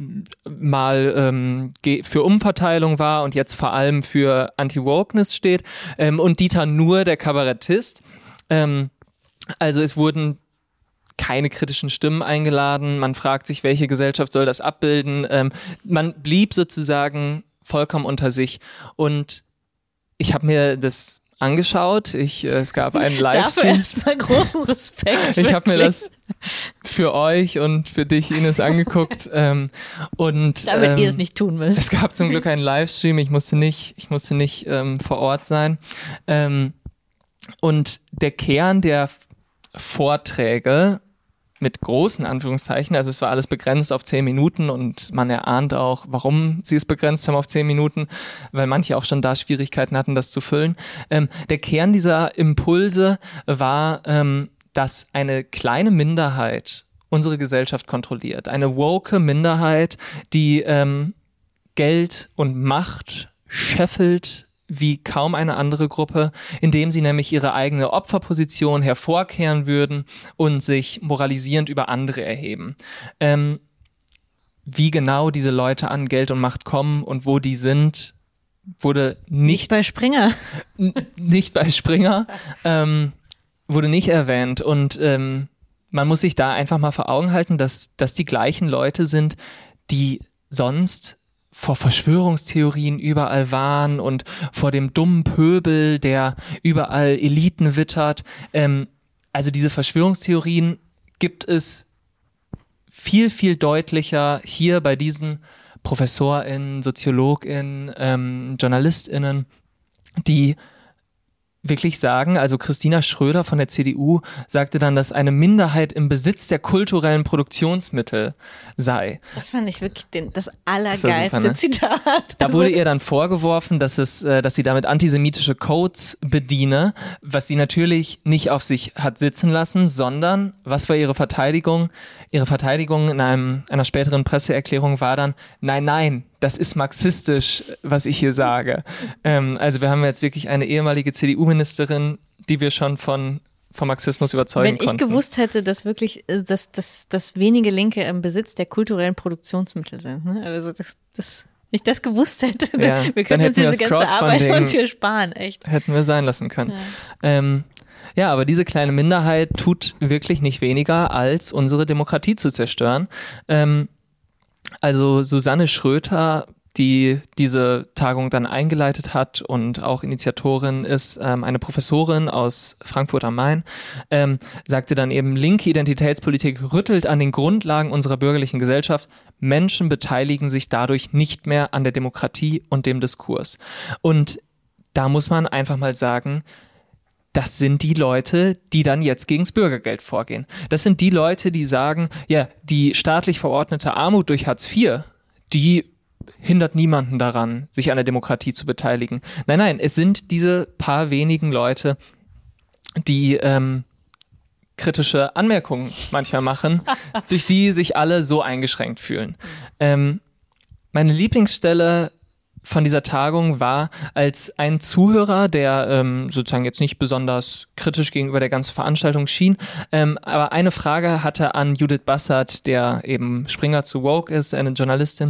mal für Umverteilung war und jetzt vor allem für Anti-Wokeness steht, und Dieter Nuhr, der Kabarettist. Also es wurden keine kritischen Stimmen eingeladen. Man fragt sich, welche Gesellschaft soll das abbilden? Man blieb sozusagen vollkommen unter sich. Und ich habe mir das angeschaut. Es gab einen Livestream. Dafür erstmal großen Respekt. Ich habe mir das für euch und für dich, Ines, angeguckt. Und damit ihr es nicht tun müsst. Es gab zum Glück einen Livestream. Ich musste nicht vor Ort sein. Und der Kern der Vorträge mit großen Anführungszeichen, also es war alles begrenzt auf 10 Minuten und man erahnt auch, warum sie es begrenzt haben auf 10 Minuten, weil manche auch schon da Schwierigkeiten hatten, das zu füllen. Der Kern dieser Impulse war, dass eine kleine Minderheit unsere Gesellschaft kontrolliert. Eine woke Minderheit, die Geld und Macht scheffelt wie kaum eine andere Gruppe, indem sie nämlich ihre eigene Opferposition hervorkehren würden und sich moralisierend über andere erheben. Wie genau diese Leute an Geld und Macht kommen und wo die sind, wurde nicht bei Springer. Nicht bei Springer, wurde nicht erwähnt. Und man muss sich da einfach mal vor Augen halten, dass die gleichen Leute sind, die sonst vor Verschwörungstheorien überall warnen und vor dem dummen Pöbel, der überall Eliten wittert. Also diese Verschwörungstheorien gibt es viel, viel deutlicher hier bei diesen ProfessorInnen, SoziologInnen, JournalistInnen, die wirklich sagen, also Christina Schröder von der CDU sagte dann, dass eine Minderheit im Besitz der kulturellen Produktionsmittel sei. Das fand ich wirklich das allergeilste super, ne? Zitat. Da wurde ihr dann vorgeworfen, dass sie damit antisemitische Codes bediene, was sie natürlich nicht auf sich hat sitzen lassen, sondern, was war ihre Verteidigung? Ihre Verteidigung in einer späteren Presseerklärung war dann, nein, das ist marxistisch, was ich hier sage. Also wir haben jetzt wirklich eine ehemalige CDU-Ministerin, die wir schon vom Marxismus überzeugen konnten. Wenn ich gewusst hätte, dass wirklich dass wenige Linke im Besitz der kulturellen Produktionsmittel sind, ne? Also wenn ich das gewusst hätte, wir können uns diese ganze Arbeit uns hier sparen, echt. Hätten wir sein lassen können. Ja, aber diese kleine Minderheit tut wirklich nicht weniger, als unsere Demokratie zu zerstören. Also Susanne Schröter, die diese Tagung dann eingeleitet hat und auch Initiatorin ist, eine Professorin aus Frankfurt am Main, sagte dann eben, linke Identitätspolitik rüttelt an den Grundlagen unserer bürgerlichen Gesellschaft. Menschen beteiligen sich dadurch nicht mehr an der Demokratie und dem Diskurs. Und da muss man einfach mal sagen, das sind die Leute, die dann jetzt gegens Bürgergeld vorgehen. Das sind die Leute, die sagen, ja, die staatlich verordnete Armut durch Hartz IV, die hindert niemanden daran, sich an der Demokratie zu beteiligen. Nein, es sind diese paar wenigen Leute, die kritische Anmerkungen manchmal machen, durch die sich alle so eingeschränkt fühlen. Meine Lieblingsstelle von dieser Tagung war, als ein Zuhörer, der sozusagen jetzt nicht besonders kritisch gegenüber der ganzen Veranstaltung schien, aber eine Frage hatte an Judith Bassert, der eben Springer zu Woke ist, eine Journalistin,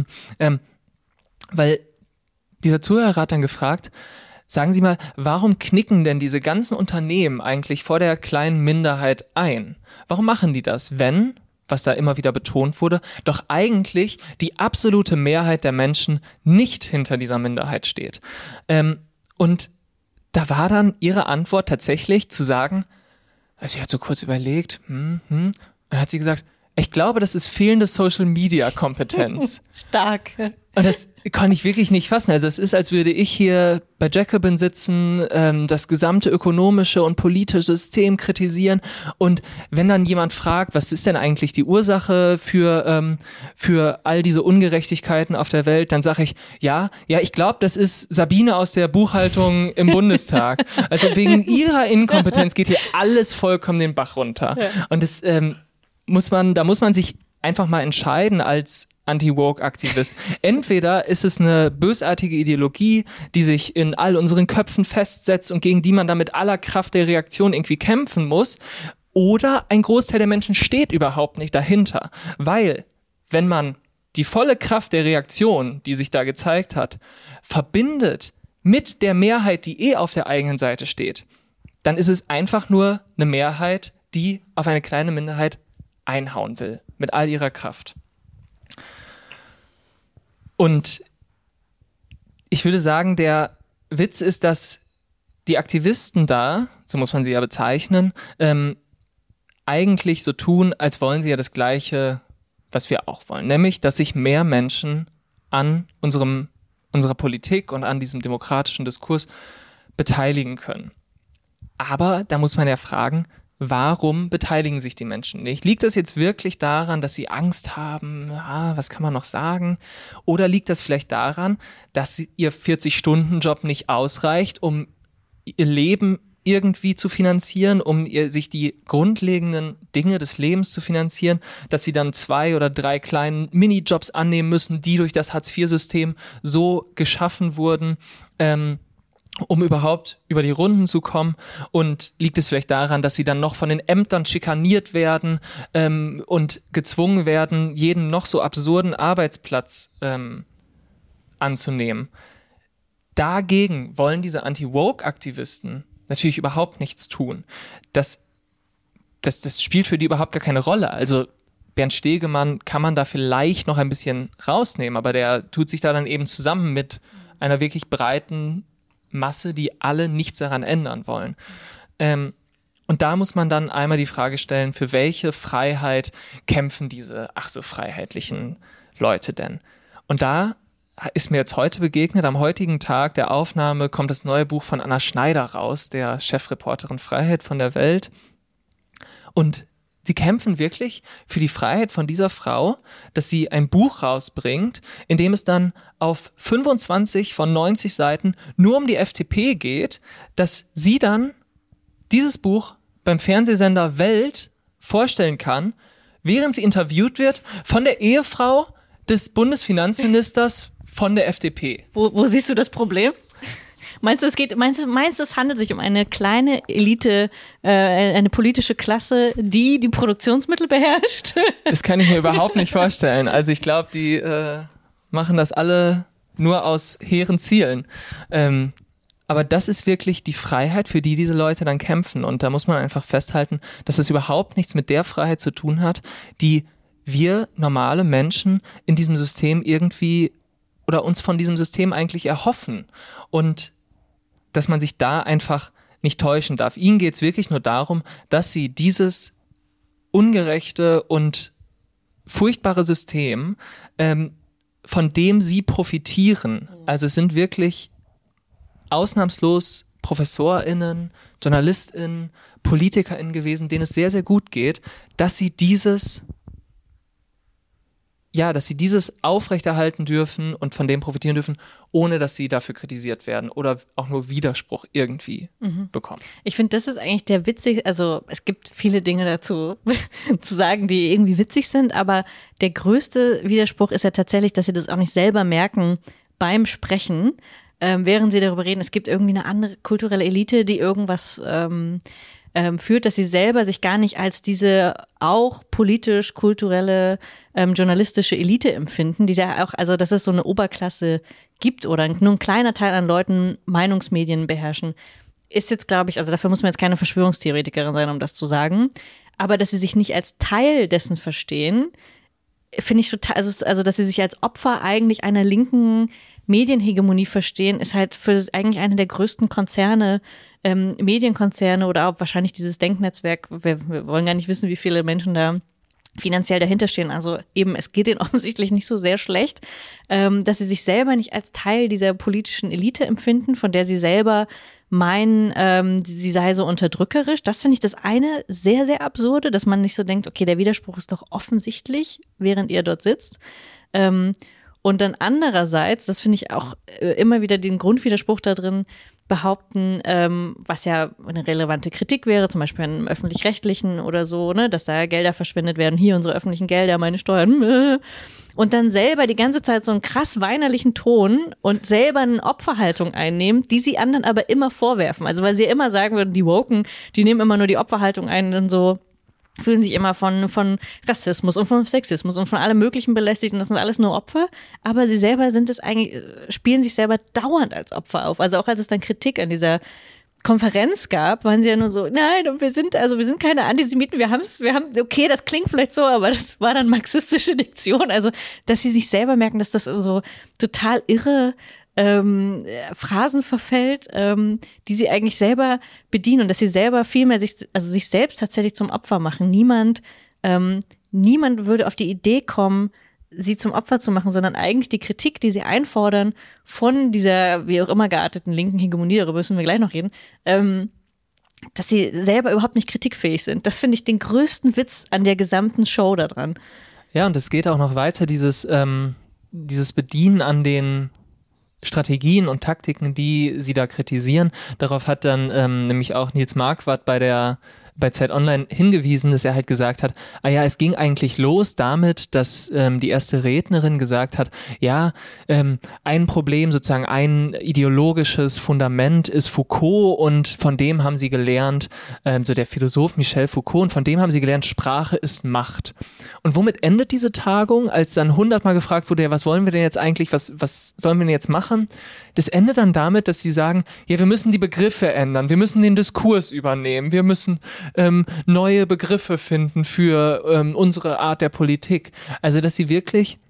weil dieser Zuhörer hat dann gefragt, sagen Sie mal, warum knicken denn diese ganzen Unternehmen eigentlich vor der kleinen Minderheit ein? Warum machen die das, wenn, was da immer wieder betont wurde, doch eigentlich die absolute Mehrheit der Menschen nicht hinter dieser Minderheit steht? Und da war dann ihre Antwort tatsächlich zu sagen, also sie hat so kurz überlegt, dann hat sie gesagt, ich glaube, das ist fehlende Social-Media-Kompetenz. Stark. Und das kann ich wirklich nicht fassen. Also es ist, als würde ich hier bei Jacobin sitzen, das gesamte ökonomische und politische System kritisieren. Und wenn dann jemand fragt, was ist denn eigentlich die Ursache für all diese Ungerechtigkeiten auf der Welt, dann sage ich, ja, ich glaube, das ist Sabine aus der Buchhaltung im Bundestag. Also wegen ihrer Inkompetenz geht hier alles vollkommen den Bach runter. Ja. Und das muss man sich einfach mal entscheiden als Anti-Woke-Aktivist. Entweder ist es eine bösartige Ideologie, die sich in all unseren Köpfen festsetzt und gegen die man dann mit aller Kraft der Reaktion irgendwie kämpfen muss, oder ein Großteil der Menschen steht überhaupt nicht dahinter. Weil, wenn man die volle Kraft der Reaktion, die sich da gezeigt hat, verbindet mit der Mehrheit, die auf der eigenen Seite steht, dann ist es einfach nur eine Mehrheit, die auf eine kleine Minderheit einhauen will, mit all ihrer Kraft. Und ich würde sagen, der Witz ist, dass die Aktivisten da, so muss man sie ja bezeichnen, eigentlich so tun, als wollen sie ja das Gleiche, was wir auch wollen. Nämlich, dass sich mehr Menschen an unserer Politik und an diesem demokratischen Diskurs beteiligen können. Aber da muss man ja fragen, warum beteiligen sich die Menschen nicht? Liegt das jetzt wirklich daran, dass sie Angst haben? Was kann man noch sagen? Oder liegt das vielleicht daran, dass ihr 40-Stunden-Job nicht ausreicht, um ihr Leben irgendwie zu finanzieren, um sich die grundlegenden Dinge des Lebens zu finanzieren, dass sie dann 2 oder 3 kleinen Minijobs annehmen müssen, die durch das Hartz-IV-System so geschaffen wurden, um überhaupt über die Runden zu kommen? Und liegt es vielleicht daran, dass sie dann noch von den Ämtern schikaniert werden und gezwungen werden, jeden noch so absurden Arbeitsplatz anzunehmen? Dagegen wollen diese Anti-Woke-Aktivisten natürlich überhaupt nichts tun. Das spielt für die überhaupt gar keine Rolle. Also Bernd Stegemann kann man da vielleicht noch ein bisschen rausnehmen, aber der tut sich da dann eben zusammen mit einer wirklich breiten Masse, die alle nichts daran ändern wollen. Und da muss man dann einmal die Frage stellen, für welche Freiheit kämpfen diese ach so freiheitlichen Leute denn? Und da ist mir jetzt heute begegnet, am heutigen Tag der Aufnahme kommt das neue Buch von Anna Schneider raus, der Chefreporterin Freiheit von der Welt. Und sie kämpfen wirklich für die Freiheit von dieser Frau, dass sie ein Buch rausbringt, in dem es dann auf 25 von 90 Seiten nur um die FDP geht, dass sie dann dieses Buch beim Fernsehsender Welt vorstellen kann, während sie interviewt wird von der Ehefrau des Bundesfinanzministers von der FDP. Wo siehst du das Problem? Meinst du, es handelt sich um eine kleine Elite, eine politische Klasse, die Produktionsmittel beherrscht? Das kann ich mir überhaupt nicht vorstellen. Also ich glaube, die machen das alle nur aus hehren Zielen. Aber das ist wirklich die Freiheit, für die diese Leute dann kämpfen. Und da muss man einfach festhalten, dass es überhaupt nichts mit der Freiheit zu tun hat, die wir normale Menschen in diesem System irgendwie oder uns von diesem System eigentlich erhoffen. Und dass man sich da einfach nicht täuschen darf. Ihnen geht es wirklich nur darum, dass sie dieses ungerechte und furchtbare System, von dem sie profitieren, also es sind wirklich ausnahmslos ProfessorInnen, JournalistInnen, PolitikerInnen gewesen, denen es sehr, sehr gut geht, dass sie dieses aufrechterhalten dürfen und von dem profitieren dürfen, ohne dass sie dafür kritisiert werden oder auch nur Widerspruch irgendwie bekommen. Ich finde, das ist eigentlich der witzig, also es gibt viele Dinge dazu zu sagen, die irgendwie witzig sind, aber der größte Widerspruch ist ja tatsächlich, dass sie das auch nicht selber merken beim Sprechen, während sie darüber reden, es gibt irgendwie eine andere kulturelle Elite, die irgendwas führt, dass sie selber sich gar nicht als diese auch politisch-kulturelle, journalistische Elite empfinden, die ja auch, also dass es so eine Oberklasse gibt oder nur ein kleiner Teil an Leuten Meinungsmedien beherrschen, ist jetzt, glaube ich, also dafür muss man jetzt keine Verschwörungstheoretikerin sein, um das zu sagen, aber dass sie sich nicht als Teil dessen verstehen, finde ich total, also dass sie sich als Opfer eigentlich einer linken Medienhegemonie verstehen, ist halt für eigentlich eine der größten Konzerne, Medienkonzerne oder auch wahrscheinlich dieses Denknetzwerk. Wir wollen gar nicht wissen, wie viele Menschen da finanziell dahinter stehen. Also eben, es geht ihnen offensichtlich nicht so sehr schlecht, dass sie sich selber nicht als Teil dieser politischen Elite empfinden, von der sie selber meinen, sie sei so unterdrückerisch. Das finde ich das eine sehr, sehr absurde, dass man nicht so denkt, okay, der Widerspruch ist doch offensichtlich, während ihr dort sitzt. Und dann andererseits, das finde ich auch immer wieder den Grundwiderspruch da drin, behaupten, was ja eine relevante Kritik wäre, zum Beispiel im Öffentlich-Rechtlichen oder so, ne, dass da Gelder verschwendet werden, hier unsere öffentlichen Gelder, meine Steuern, und dann selber die ganze Zeit so einen krass weinerlichen Ton und selber eine Opferhaltung einnehmen, die sie anderen aber immer vorwerfen. Also weil sie immer sagen würden, die Woken, die nehmen immer nur die Opferhaltung ein und dann so fühlen sich immer von Rassismus und von Sexismus und von allem Möglichen belästigt und das sind alles nur Opfer, aber sie selber sind es eigentlich, spielen sich selber dauernd als Opfer auf. Also auch als es dann Kritik an dieser Konferenz gab, waren sie ja nur so, nein, und wir sind keine Antisemiten, wir haben, okay, das klingt vielleicht so, aber das war dann marxistische Diktion, also, dass sie sich selber merken, dass das so total irre Phrasen verfällt, die sie eigentlich selber bedienen und dass sie selber viel mehr sich selbst tatsächlich zum Opfer machen. Niemand würde auf die Idee kommen, sie zum Opfer zu machen, sondern eigentlich die Kritik, die sie einfordern von dieser, wie auch immer gearteten linken Hegemonie, darüber müssen wir gleich noch reden, dass sie selber überhaupt nicht kritikfähig sind. Das finde ich den größten Witz an der gesamten Show da dran. Ja, und es geht auch noch weiter, dieses Bedienen an den Strategien und Taktiken, die sie da kritisieren. Darauf hat dann nämlich auch Nils Marquardt bei Zeit Online hingewiesen, dass er halt gesagt hat, es ging eigentlich los damit, dass die erste Rednerin gesagt hat, ein Problem, sozusagen ein ideologisches Fundament ist Foucault und von dem haben sie gelernt, so der Philosoph Michel Foucault, und von dem haben sie gelernt, Sprache ist Macht. Und womit endet diese Tagung, als dann 100-mal gefragt wurde, was wollen wir denn jetzt eigentlich, was sollen wir denn jetzt machen? Das endet dann damit, dass sie sagen, wir müssen die Begriffe ändern, wir müssen den Diskurs übernehmen, wir müssen neue Begriffe finden für unsere Art der Politik. Also, dass sie wirklich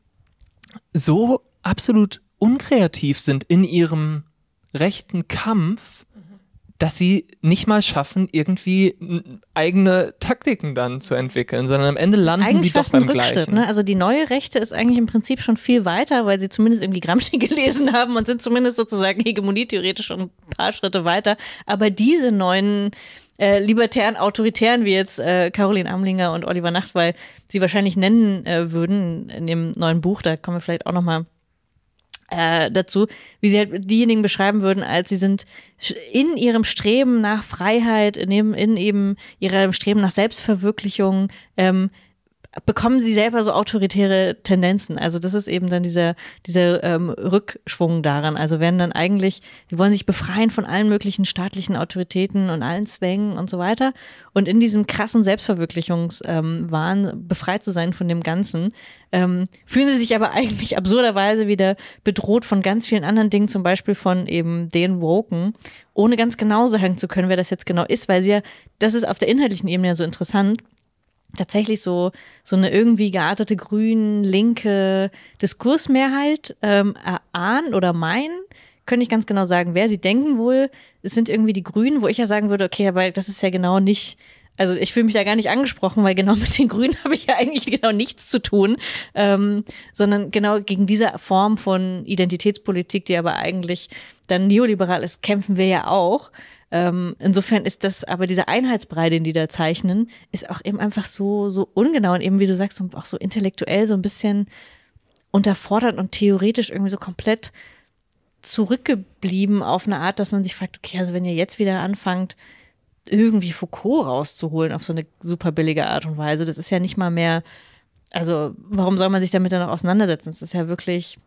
so absolut unkreativ sind in ihrem rechten Kampf, dass sie nicht mal schaffen, irgendwie eigene Taktiken dann zu entwickeln, sondern am Ende landen sie doch beim Gleichen. Ne? Also die neue Rechte ist eigentlich im Prinzip schon viel weiter, weil sie zumindest irgendwie Gramsci gelesen haben und sind zumindest sozusagen hegemonietheoretisch schon ein paar Schritte weiter. Aber diese neuen libertären, autoritären, wie jetzt Caroline Amlinger und Oliver Nachtwey sie wahrscheinlich nennen würden in dem neuen Buch, da kommen wir vielleicht auch nochmal dazu, wie sie halt diejenigen beschreiben würden, als sie sind in ihrem Streben nach Freiheit, in eben ihrem Streben nach Selbstverwirklichung, bekommen sie selber so autoritäre Tendenzen. Also das ist eben dann dieser Rückschwung daran. Also werden dann eigentlich, die wollen sich befreien von allen möglichen staatlichen Autoritäten und allen Zwängen und so weiter. Und in diesem krassen Selbstverwirklichungswahn befreit zu sein von dem Ganzen, fühlen sie sich aber eigentlich absurderweise wieder bedroht von ganz vielen anderen Dingen, zum Beispiel von eben den Woken, ohne ganz genau sagen zu können, wer das jetzt genau ist, weil sie ja, das ist auf der inhaltlichen Ebene ja so interessant, tatsächlich so eine irgendwie geartete grün-linke Diskursmehrheit erahnen oder meinen, können nicht ganz genau sagen, wer. Sie denken wohl, es sind irgendwie die Grünen, wo ich ja sagen würde, okay, aber das ist ja genau nicht, also ich fühle mich da gar nicht angesprochen, weil genau mit den Grünen habe ich ja eigentlich genau nichts zu tun, sondern genau gegen diese Form von Identitätspolitik, die aber eigentlich dann neoliberal ist, kämpfen wir ja auch. Insofern ist das, aber dieser Einheitsbrei, den die da zeichnen, ist auch eben einfach so ungenau und eben, wie du sagst, auch so intellektuell so ein bisschen unterfordert und theoretisch irgendwie so komplett zurückgeblieben auf eine Art, dass man sich fragt, okay, also wenn ihr jetzt wieder anfangt, irgendwie Foucault rauszuholen auf so eine super billige Art und Weise, das ist ja nicht mal mehr, also warum soll man sich damit dann noch auseinandersetzen? Das ist ja wirklich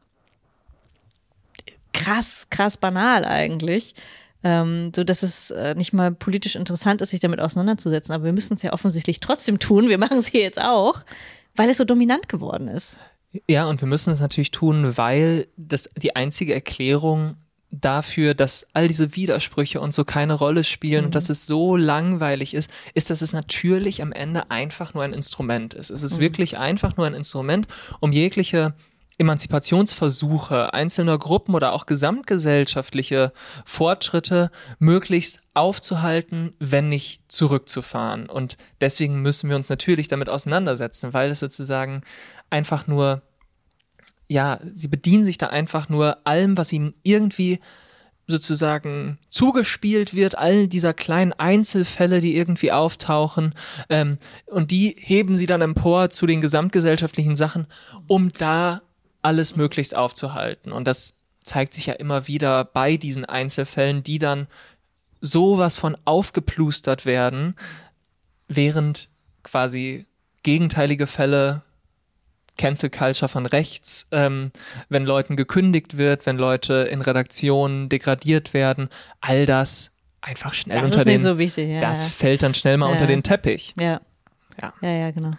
krass banal eigentlich. So dass es nicht mal politisch interessant ist, sich damit auseinanderzusetzen. Aber wir müssen es ja offensichtlich trotzdem tun. Wir machen es hier jetzt auch, weil es so dominant geworden ist. Ja, und wir müssen es natürlich tun, weil das die einzige Erklärung dafür, dass all diese Widersprüche und so keine Rolle spielen und dass es so langweilig ist, dass es natürlich am Ende einfach nur ein Instrument ist. Es ist wirklich einfach nur ein Instrument, um jegliche Emanzipationsversuche einzelner Gruppen oder auch gesamtgesellschaftliche Fortschritte möglichst aufzuhalten, wenn nicht zurückzufahren. Und deswegen müssen wir uns natürlich damit auseinandersetzen, weil es sozusagen einfach nur, ja, sie bedienen sich da einfach nur allem, was ihnen irgendwie sozusagen zugespielt wird, all dieser kleinen Einzelfälle, die irgendwie auftauchen, und die heben sie dann empor zu den gesamtgesellschaftlichen Sachen, um da alles möglichst aufzuhalten. Und das zeigt sich ja immer wieder bei diesen Einzelfällen, die dann sowas von aufgeplustert werden, während quasi gegenteilige Fälle, Cancel Culture von rechts, wenn Leuten gekündigt wird, wenn Leute in Redaktionen degradiert werden, all das einfach schnell das unter ist den, nicht so wichtig, ja, das fällt dann schnell mal unter den Teppich. Ja, genau.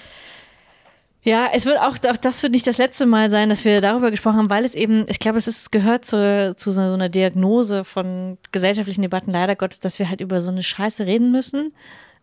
Ja, es wird auch das wird nicht das letzte Mal sein, dass wir darüber gesprochen haben, weil es eben, ich glaube, gehört zu so einer Diagnose von gesellschaftlichen Debatten leider Gottes, dass wir halt über so eine Scheiße reden müssen.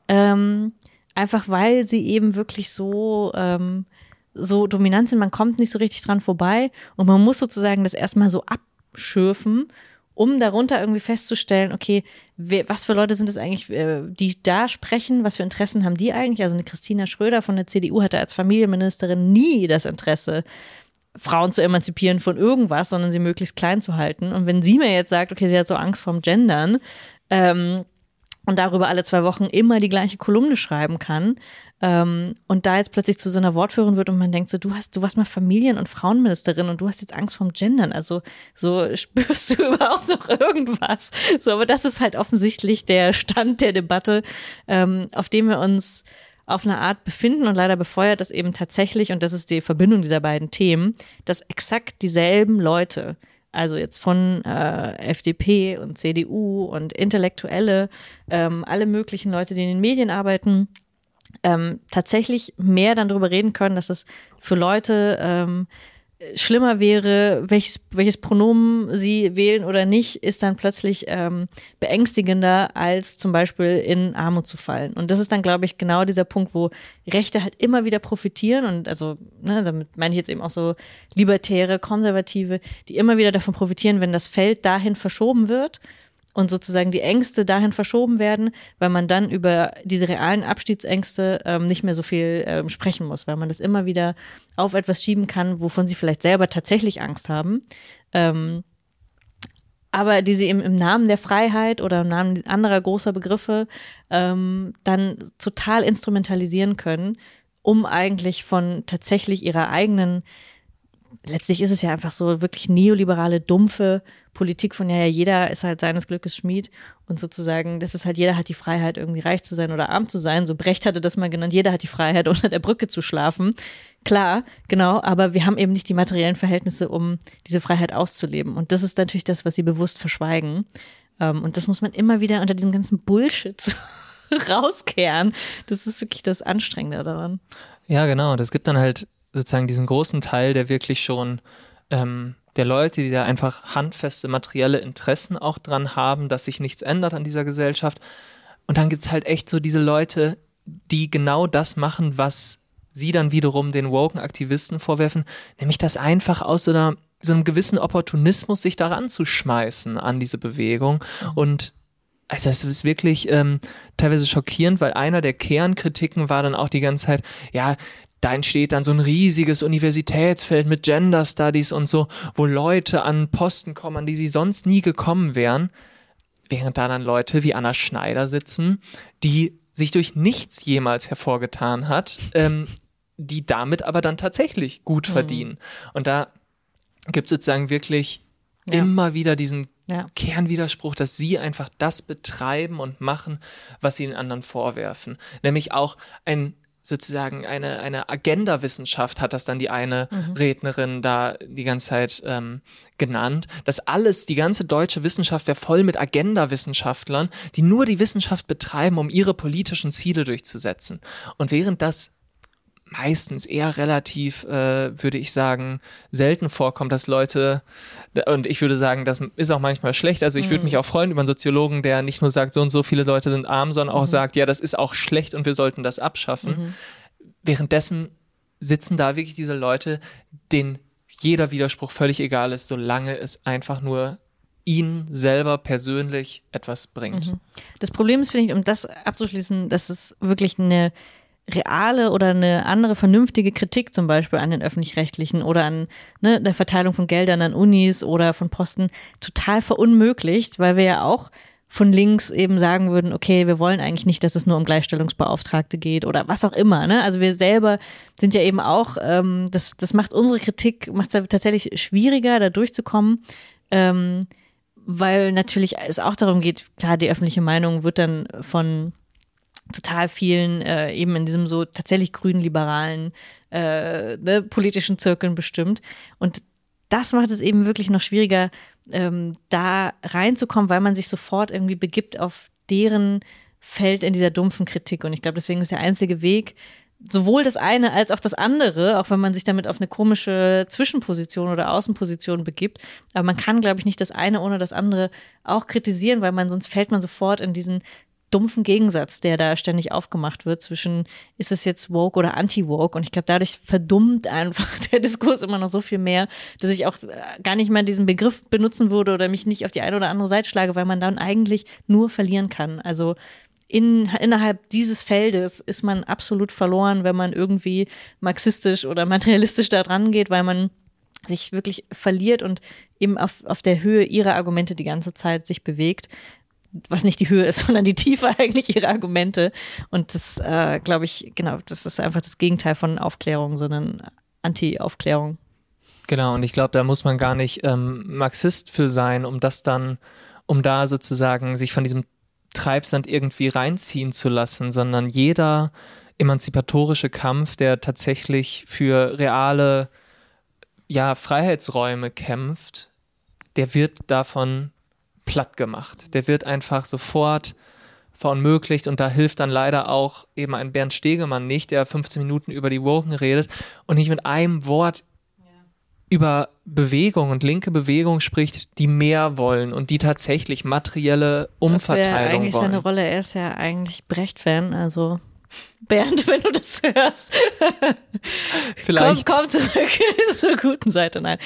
Einfach weil sie eben wirklich so dominant sind, man kommt nicht so richtig dran vorbei und man muss sozusagen das erstmal so abschürfen, um darunter irgendwie festzustellen, okay, was für Leute sind es eigentlich, die da sprechen, was für Interessen haben die eigentlich? Also eine Christina Schröder von der CDU hatte als Familienministerin nie das Interesse, Frauen zu emanzipieren von irgendwas, sondern sie möglichst klein zu halten. Und wenn sie mir jetzt sagt, okay, sie hat so Angst vorm Gendern und darüber alle 2 Wochen immer die gleiche Kolumne schreiben kann, und da jetzt plötzlich zu so einer Wortführung wird und man denkt so, du warst mal Familien- und Frauenministerin und du hast jetzt Angst vorm Gendern, also so spürst du überhaupt noch irgendwas? So, aber das ist halt offensichtlich der Stand der Debatte, auf dem wir uns auf eine Art befinden und leider befeuert das eben tatsächlich, und das ist die Verbindung dieser beiden Themen, dass exakt dieselben Leute, also jetzt von FDP und CDU und Intellektuelle, alle möglichen Leute, die in den Medien arbeiten, tatsächlich mehr dann darüber reden können, dass es für Leute schlimmer wäre, welches Pronomen sie wählen oder nicht, ist dann plötzlich beängstigender, als zum Beispiel in Armut zu fallen. Und das ist dann, glaube ich, genau dieser Punkt, wo Rechte halt immer wieder profitieren. Und also, ne, damit meine ich jetzt eben auch so Libertäre, Konservative, die immer wieder davon profitieren, wenn das Feld dahin verschoben wird und sozusagen die Ängste dahin verschoben werden, weil man dann über diese realen Abstiegsängste nicht mehr so viel sprechen muss, weil man das immer wieder auf etwas schieben kann, wovon sie vielleicht selber tatsächlich Angst haben, aber die sie eben im Namen der Freiheit oder im Namen anderer großer Begriffe dann total instrumentalisieren können, um eigentlich von tatsächlich ihrer eigenen, letztlich ist es ja einfach so wirklich neoliberale, dumpfe Politik von, ja, jeder ist halt seines Glückes Schmied und sozusagen, das ist halt, jeder hat die Freiheit, irgendwie reich zu sein oder arm zu sein. So Brecht hatte das mal genannt, jeder hat die Freiheit, unter der Brücke zu schlafen. Klar, genau, aber wir haben eben nicht die materiellen Verhältnisse, um diese Freiheit auszuleben. Und das ist natürlich das, was sie bewusst verschweigen. Und das muss man immer wieder unter diesem ganzen Bullshit rauskehren. Das ist wirklich das Anstrengende daran. Ja, genau. Das gibt dann halt sozusagen diesen großen Teil, der wirklich schon der Leute, die da einfach handfeste materielle Interessen auch dran haben, dass sich nichts ändert an dieser Gesellschaft. Und dann gibt's halt echt so diese Leute, die genau das machen, was sie dann wiederum den woken Aktivisten vorwerfen, nämlich das einfach aus so einem gewissen Opportunismus sich daran zu schmeißen an diese Bewegung. Und also es ist wirklich teilweise schockierend, weil einer der Kernkritiken war dann auch die ganze Zeit, ja, da entsteht dann so ein riesiges Universitätsfeld mit Gender Studies und so, wo Leute an Posten kommen, an die sie sonst nie gekommen wären, während da dann Leute wie Anna Schneider sitzen, die sich durch nichts jemals hervorgetan hat, die damit aber dann tatsächlich gut verdienen. Und da gibt es sozusagen wirklich immer wieder diesen Kernwiderspruch, dass sie einfach das betreiben und machen, was sie den anderen vorwerfen. Nämlich auch sozusagen eine Agenda-Wissenschaft, hat das dann die eine Rednerin da die ganze Zeit genannt. Das alles, die ganze deutsche Wissenschaft wäre voll mit Agenda-Wissenschaftlern, die nur die Wissenschaft betreiben, um ihre politischen Ziele durchzusetzen. Und während das meistens eher relativ, würde ich sagen, selten vorkommt, dass Leute, und ich würde sagen, das ist auch manchmal schlecht, also ich würde mich auch freuen über einen Soziologen, der nicht nur sagt, so und so viele Leute sind arm, sondern auch sagt, ja, das ist auch schlecht und wir sollten das abschaffen. Währenddessen sitzen da wirklich diese Leute, denen jeder Widerspruch völlig egal ist, solange es einfach nur ihnen selber persönlich etwas bringt. Das Problem ist, finde ich, um das abzuschließen, dass es wirklich eine reale oder eine andere vernünftige Kritik zum Beispiel an den Öffentlich-Rechtlichen oder an der Verteilung von Geldern an Unis oder von Posten total verunmöglicht, weil wir ja auch von links eben sagen würden, okay, wir wollen eigentlich nicht, dass es nur um Gleichstellungsbeauftragte geht oder was auch immer. Ne? Also wir selber sind ja eben auch, das macht unsere Kritik, macht es tatsächlich schwieriger, da durchzukommen, weil natürlich es auch darum geht, klar, die öffentliche Meinung wird dann von total vielen eben in diesem so tatsächlich grün-liberalen politischen Zirkeln bestimmt. Und das macht es eben wirklich noch schwieriger, da reinzukommen, weil man sich sofort irgendwie begibt auf deren Feld in dieser dumpfen Kritik. Und ich glaube, deswegen ist der einzige Weg, sowohl das eine als auch das andere, auch wenn man sich damit auf eine komische Zwischenposition oder Außenposition begibt. Aber man kann, glaube ich, nicht das eine ohne das andere auch kritisieren, weil sonst fällt man sofort in diesen dumpfen Gegensatz, der da ständig aufgemacht wird zwischen, ist es jetzt woke oder anti-woke? Und ich glaube, dadurch verdummt einfach der Diskurs immer noch so viel mehr, dass ich auch gar nicht mal diesen Begriff benutzen würde oder mich nicht auf die eine oder andere Seite schlage, weil man dann eigentlich nur verlieren kann. Also innerhalb dieses Feldes ist man absolut verloren, wenn man irgendwie marxistisch oder materialistisch da dran geht, weil man sich wirklich verliert und eben auf der Höhe ihrer Argumente die ganze Zeit sich bewegt. Was nicht die Höhe ist, sondern die Tiefe eigentlich ihrer Argumente. Und das, glaube ich, genau, das ist einfach das Gegenteil von Aufklärung, sondern Anti-Aufklärung. Genau, und ich glaube, da muss man gar nicht Marxist für sein, um da sozusagen sich von diesem Treibsand irgendwie reinziehen zu lassen, sondern jeder emanzipatorische Kampf, der tatsächlich für reale Freiheitsräume kämpft, der wird davon platt gemacht. Der wird einfach sofort verunmöglicht und da hilft dann leider auch eben ein Bernd Stegemann nicht, der 15 Minuten über die Woken redet und nicht mit einem Wort über Bewegung und linke Bewegung spricht, die mehr wollen und die tatsächlich materielle Umverteilung das wäre eigentlich wollen. seine Rolle. Er ist ja eigentlich Brecht-Fan, also Bernd, wenn du das hörst. Vielleicht. Komm zurück zur guten Seite. Nein.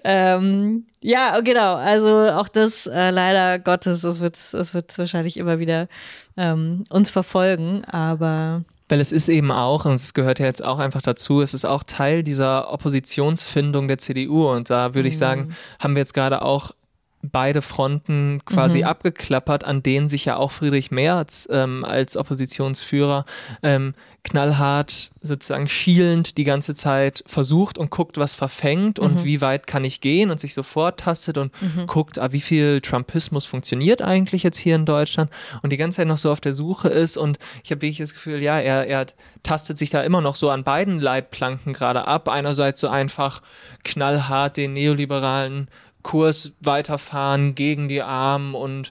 Ja, genau. Also auch das leider Gottes, es wird wahrscheinlich immer wieder uns verfolgen, aber Weil es ist eben auch, und es gehört ja jetzt auch einfach dazu, es ist auch Teil dieser Oppositionsfindung der CDU. Und da würde ich sagen, haben wir jetzt gerade auch beide Fronten quasi abgeklappert, an denen sich ja auch Friedrich Merz als Oppositionsführer knallhart sozusagen schielend die ganze Zeit versucht und guckt, was verfängt und wie weit kann ich gehen und sich so vortastet und guckt, wie viel Trumpismus funktioniert eigentlich jetzt hier in Deutschland und die ganze Zeit noch so auf der Suche ist und ich habe wirklich das Gefühl, ja, er tastet sich da immer noch so an beiden Leitplanken gerade ab. Einerseits so einfach knallhart den neoliberalen Kurs weiterfahren gegen die Armen und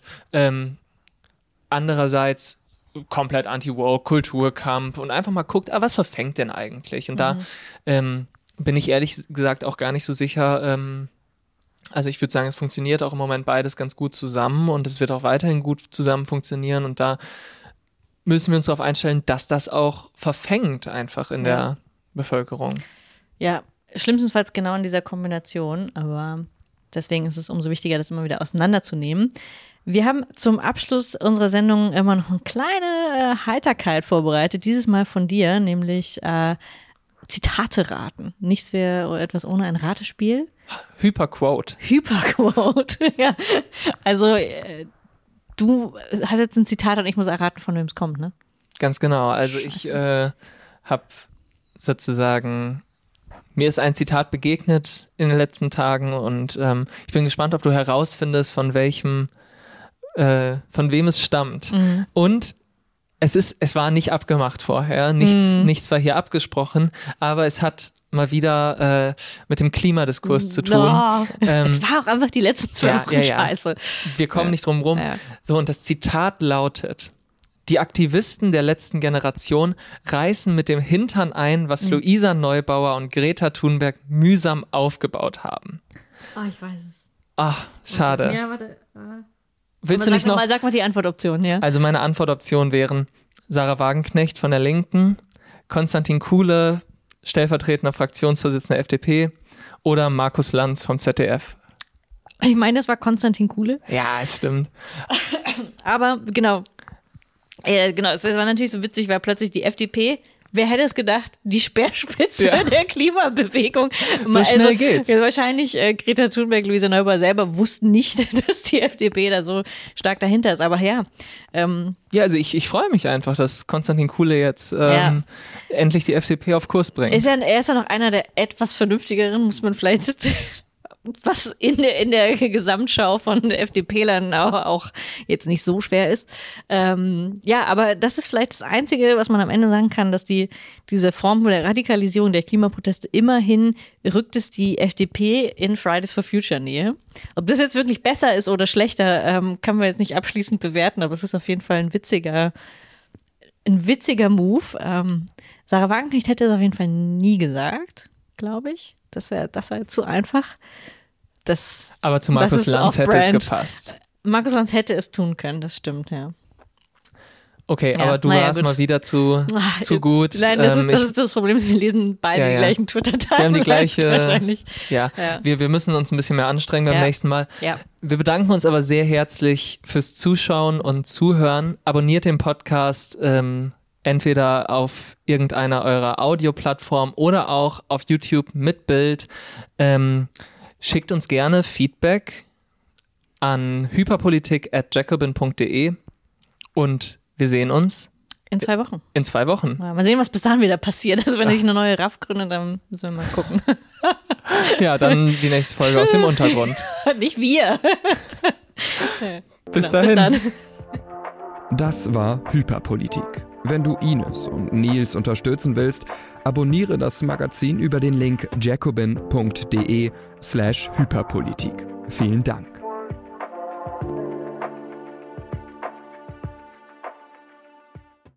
andererseits komplett anti-woke, Kulturkampf und einfach mal guckt, was verfängt denn eigentlich? Und da bin ich ehrlich gesagt auch gar nicht so sicher. Also ich würde sagen, es funktioniert auch im Moment beides ganz gut zusammen und es wird auch weiterhin gut zusammen funktionieren und da müssen wir uns darauf einstellen, dass das auch verfängt einfach in der Bevölkerung. ja, schlimmstenfalls genau in dieser Kombination, aber deswegen ist es umso wichtiger, das immer wieder auseinanderzunehmen. Wir haben zum Abschluss unserer Sendung immer noch eine kleine Heiterkeit vorbereitet, dieses Mal von dir, nämlich Zitate raten. Nichts wäre etwas ohne ein Ratespiel. Hyperquote. Hyperquote, ja. Also du hast jetzt ein Zitat und ich muss erraten, von wem es kommt, ne? Ganz genau. Also ich habe sozusagen, mir ist ein Zitat begegnet in den letzten Tagen und ich bin gespannt, ob du herausfindest, von wem es stammt. Und es war nicht abgemacht vorher, nichts war hier abgesprochen, aber es hat mal wieder mit dem Klimadiskurs zu tun. Es war auch einfach die letzten 12 Wochen scheiße. Wir kommen nicht drum rum. Ja. So, und das Zitat lautet: Die Aktivisten der letzten Generation reißen mit dem Hintern ein, was Luisa Neubauer und Greta Thunberg mühsam aufgebaut haben. Ich weiß es. Ach, schade. Ja, warte. Willst du nicht noch? Sag mal die Antwortoption, ja. Also meine Antwortoptionen wären Sarah Wagenknecht von der Linken, Konstantin Kuhle, stellvertretender Fraktionsvorsitzender FDP oder Markus Lanz vom ZDF. Ich meine, das war Konstantin Kuhle. Ja, es stimmt. Aber genau. Es war natürlich so witzig, weil plötzlich die FDP, wer hätte es gedacht, die Speerspitze der Klimabewegung. So schnell geht's. Ja, wahrscheinlich Greta Thunberg, Luisa Neubauer selber wussten nicht, dass die FDP da so stark dahinter ist. Aber ja. Ja, also ich freue mich einfach, dass Konstantin Kuhle jetzt endlich die FDP auf Kurs bringt. Er ist ja noch einer der etwas vernünftigeren, muss man vielleicht was in der Gesamtschau von FDP-Lern auch jetzt nicht so schwer ist. Ja, aber das ist vielleicht das Einzige, was man am Ende sagen kann, dass diese Form der Radikalisierung der Klimaproteste immerhin rückt es die FDP in Fridays for Future Nähe. Ob das jetzt wirklich besser ist oder schlechter, können wir jetzt nicht abschließend bewerten, aber es ist auf jeden Fall ein witziger Move. Sarah Wagenknecht hätte es auf jeden Fall nie gesagt, glaube ich. Das war zu einfach. Aber zu Markus Lanz hätte es gepasst. Markus Lanz hätte es tun können, das stimmt, ja. Okay, aber du warst mal wieder zu gut. Nein, das ist das Problem. Wir lesen beide die gleichen Twitter-Timelines. Wir haben die gleiche. Wahrscheinlich. Ja. Wir müssen uns ein bisschen mehr anstrengen beim nächsten Mal. Ja. Wir bedanken uns aber sehr herzlich fürs Zuschauen und Zuhören. Abonniert den Podcast entweder auf irgendeiner eurer Audioplattform oder auch auf YouTube mit Bild. Schickt uns gerne Feedback an hyperpolitik@jacobin.de und wir sehen uns in 2 Wochen. Ja, mal sehen, was bis dahin wieder passiert. Also wenn ich eine neue RAF gründe, dann müssen wir mal gucken. Ja, dann die nächste Folge aus dem Untergrund. Nicht wir. Bis dahin. Das war Hyperpolitik. Wenn du Ines und Nils unterstützen willst, abonniere das Magazin über den Link jacobin.de/hyperpolitik. Vielen Dank.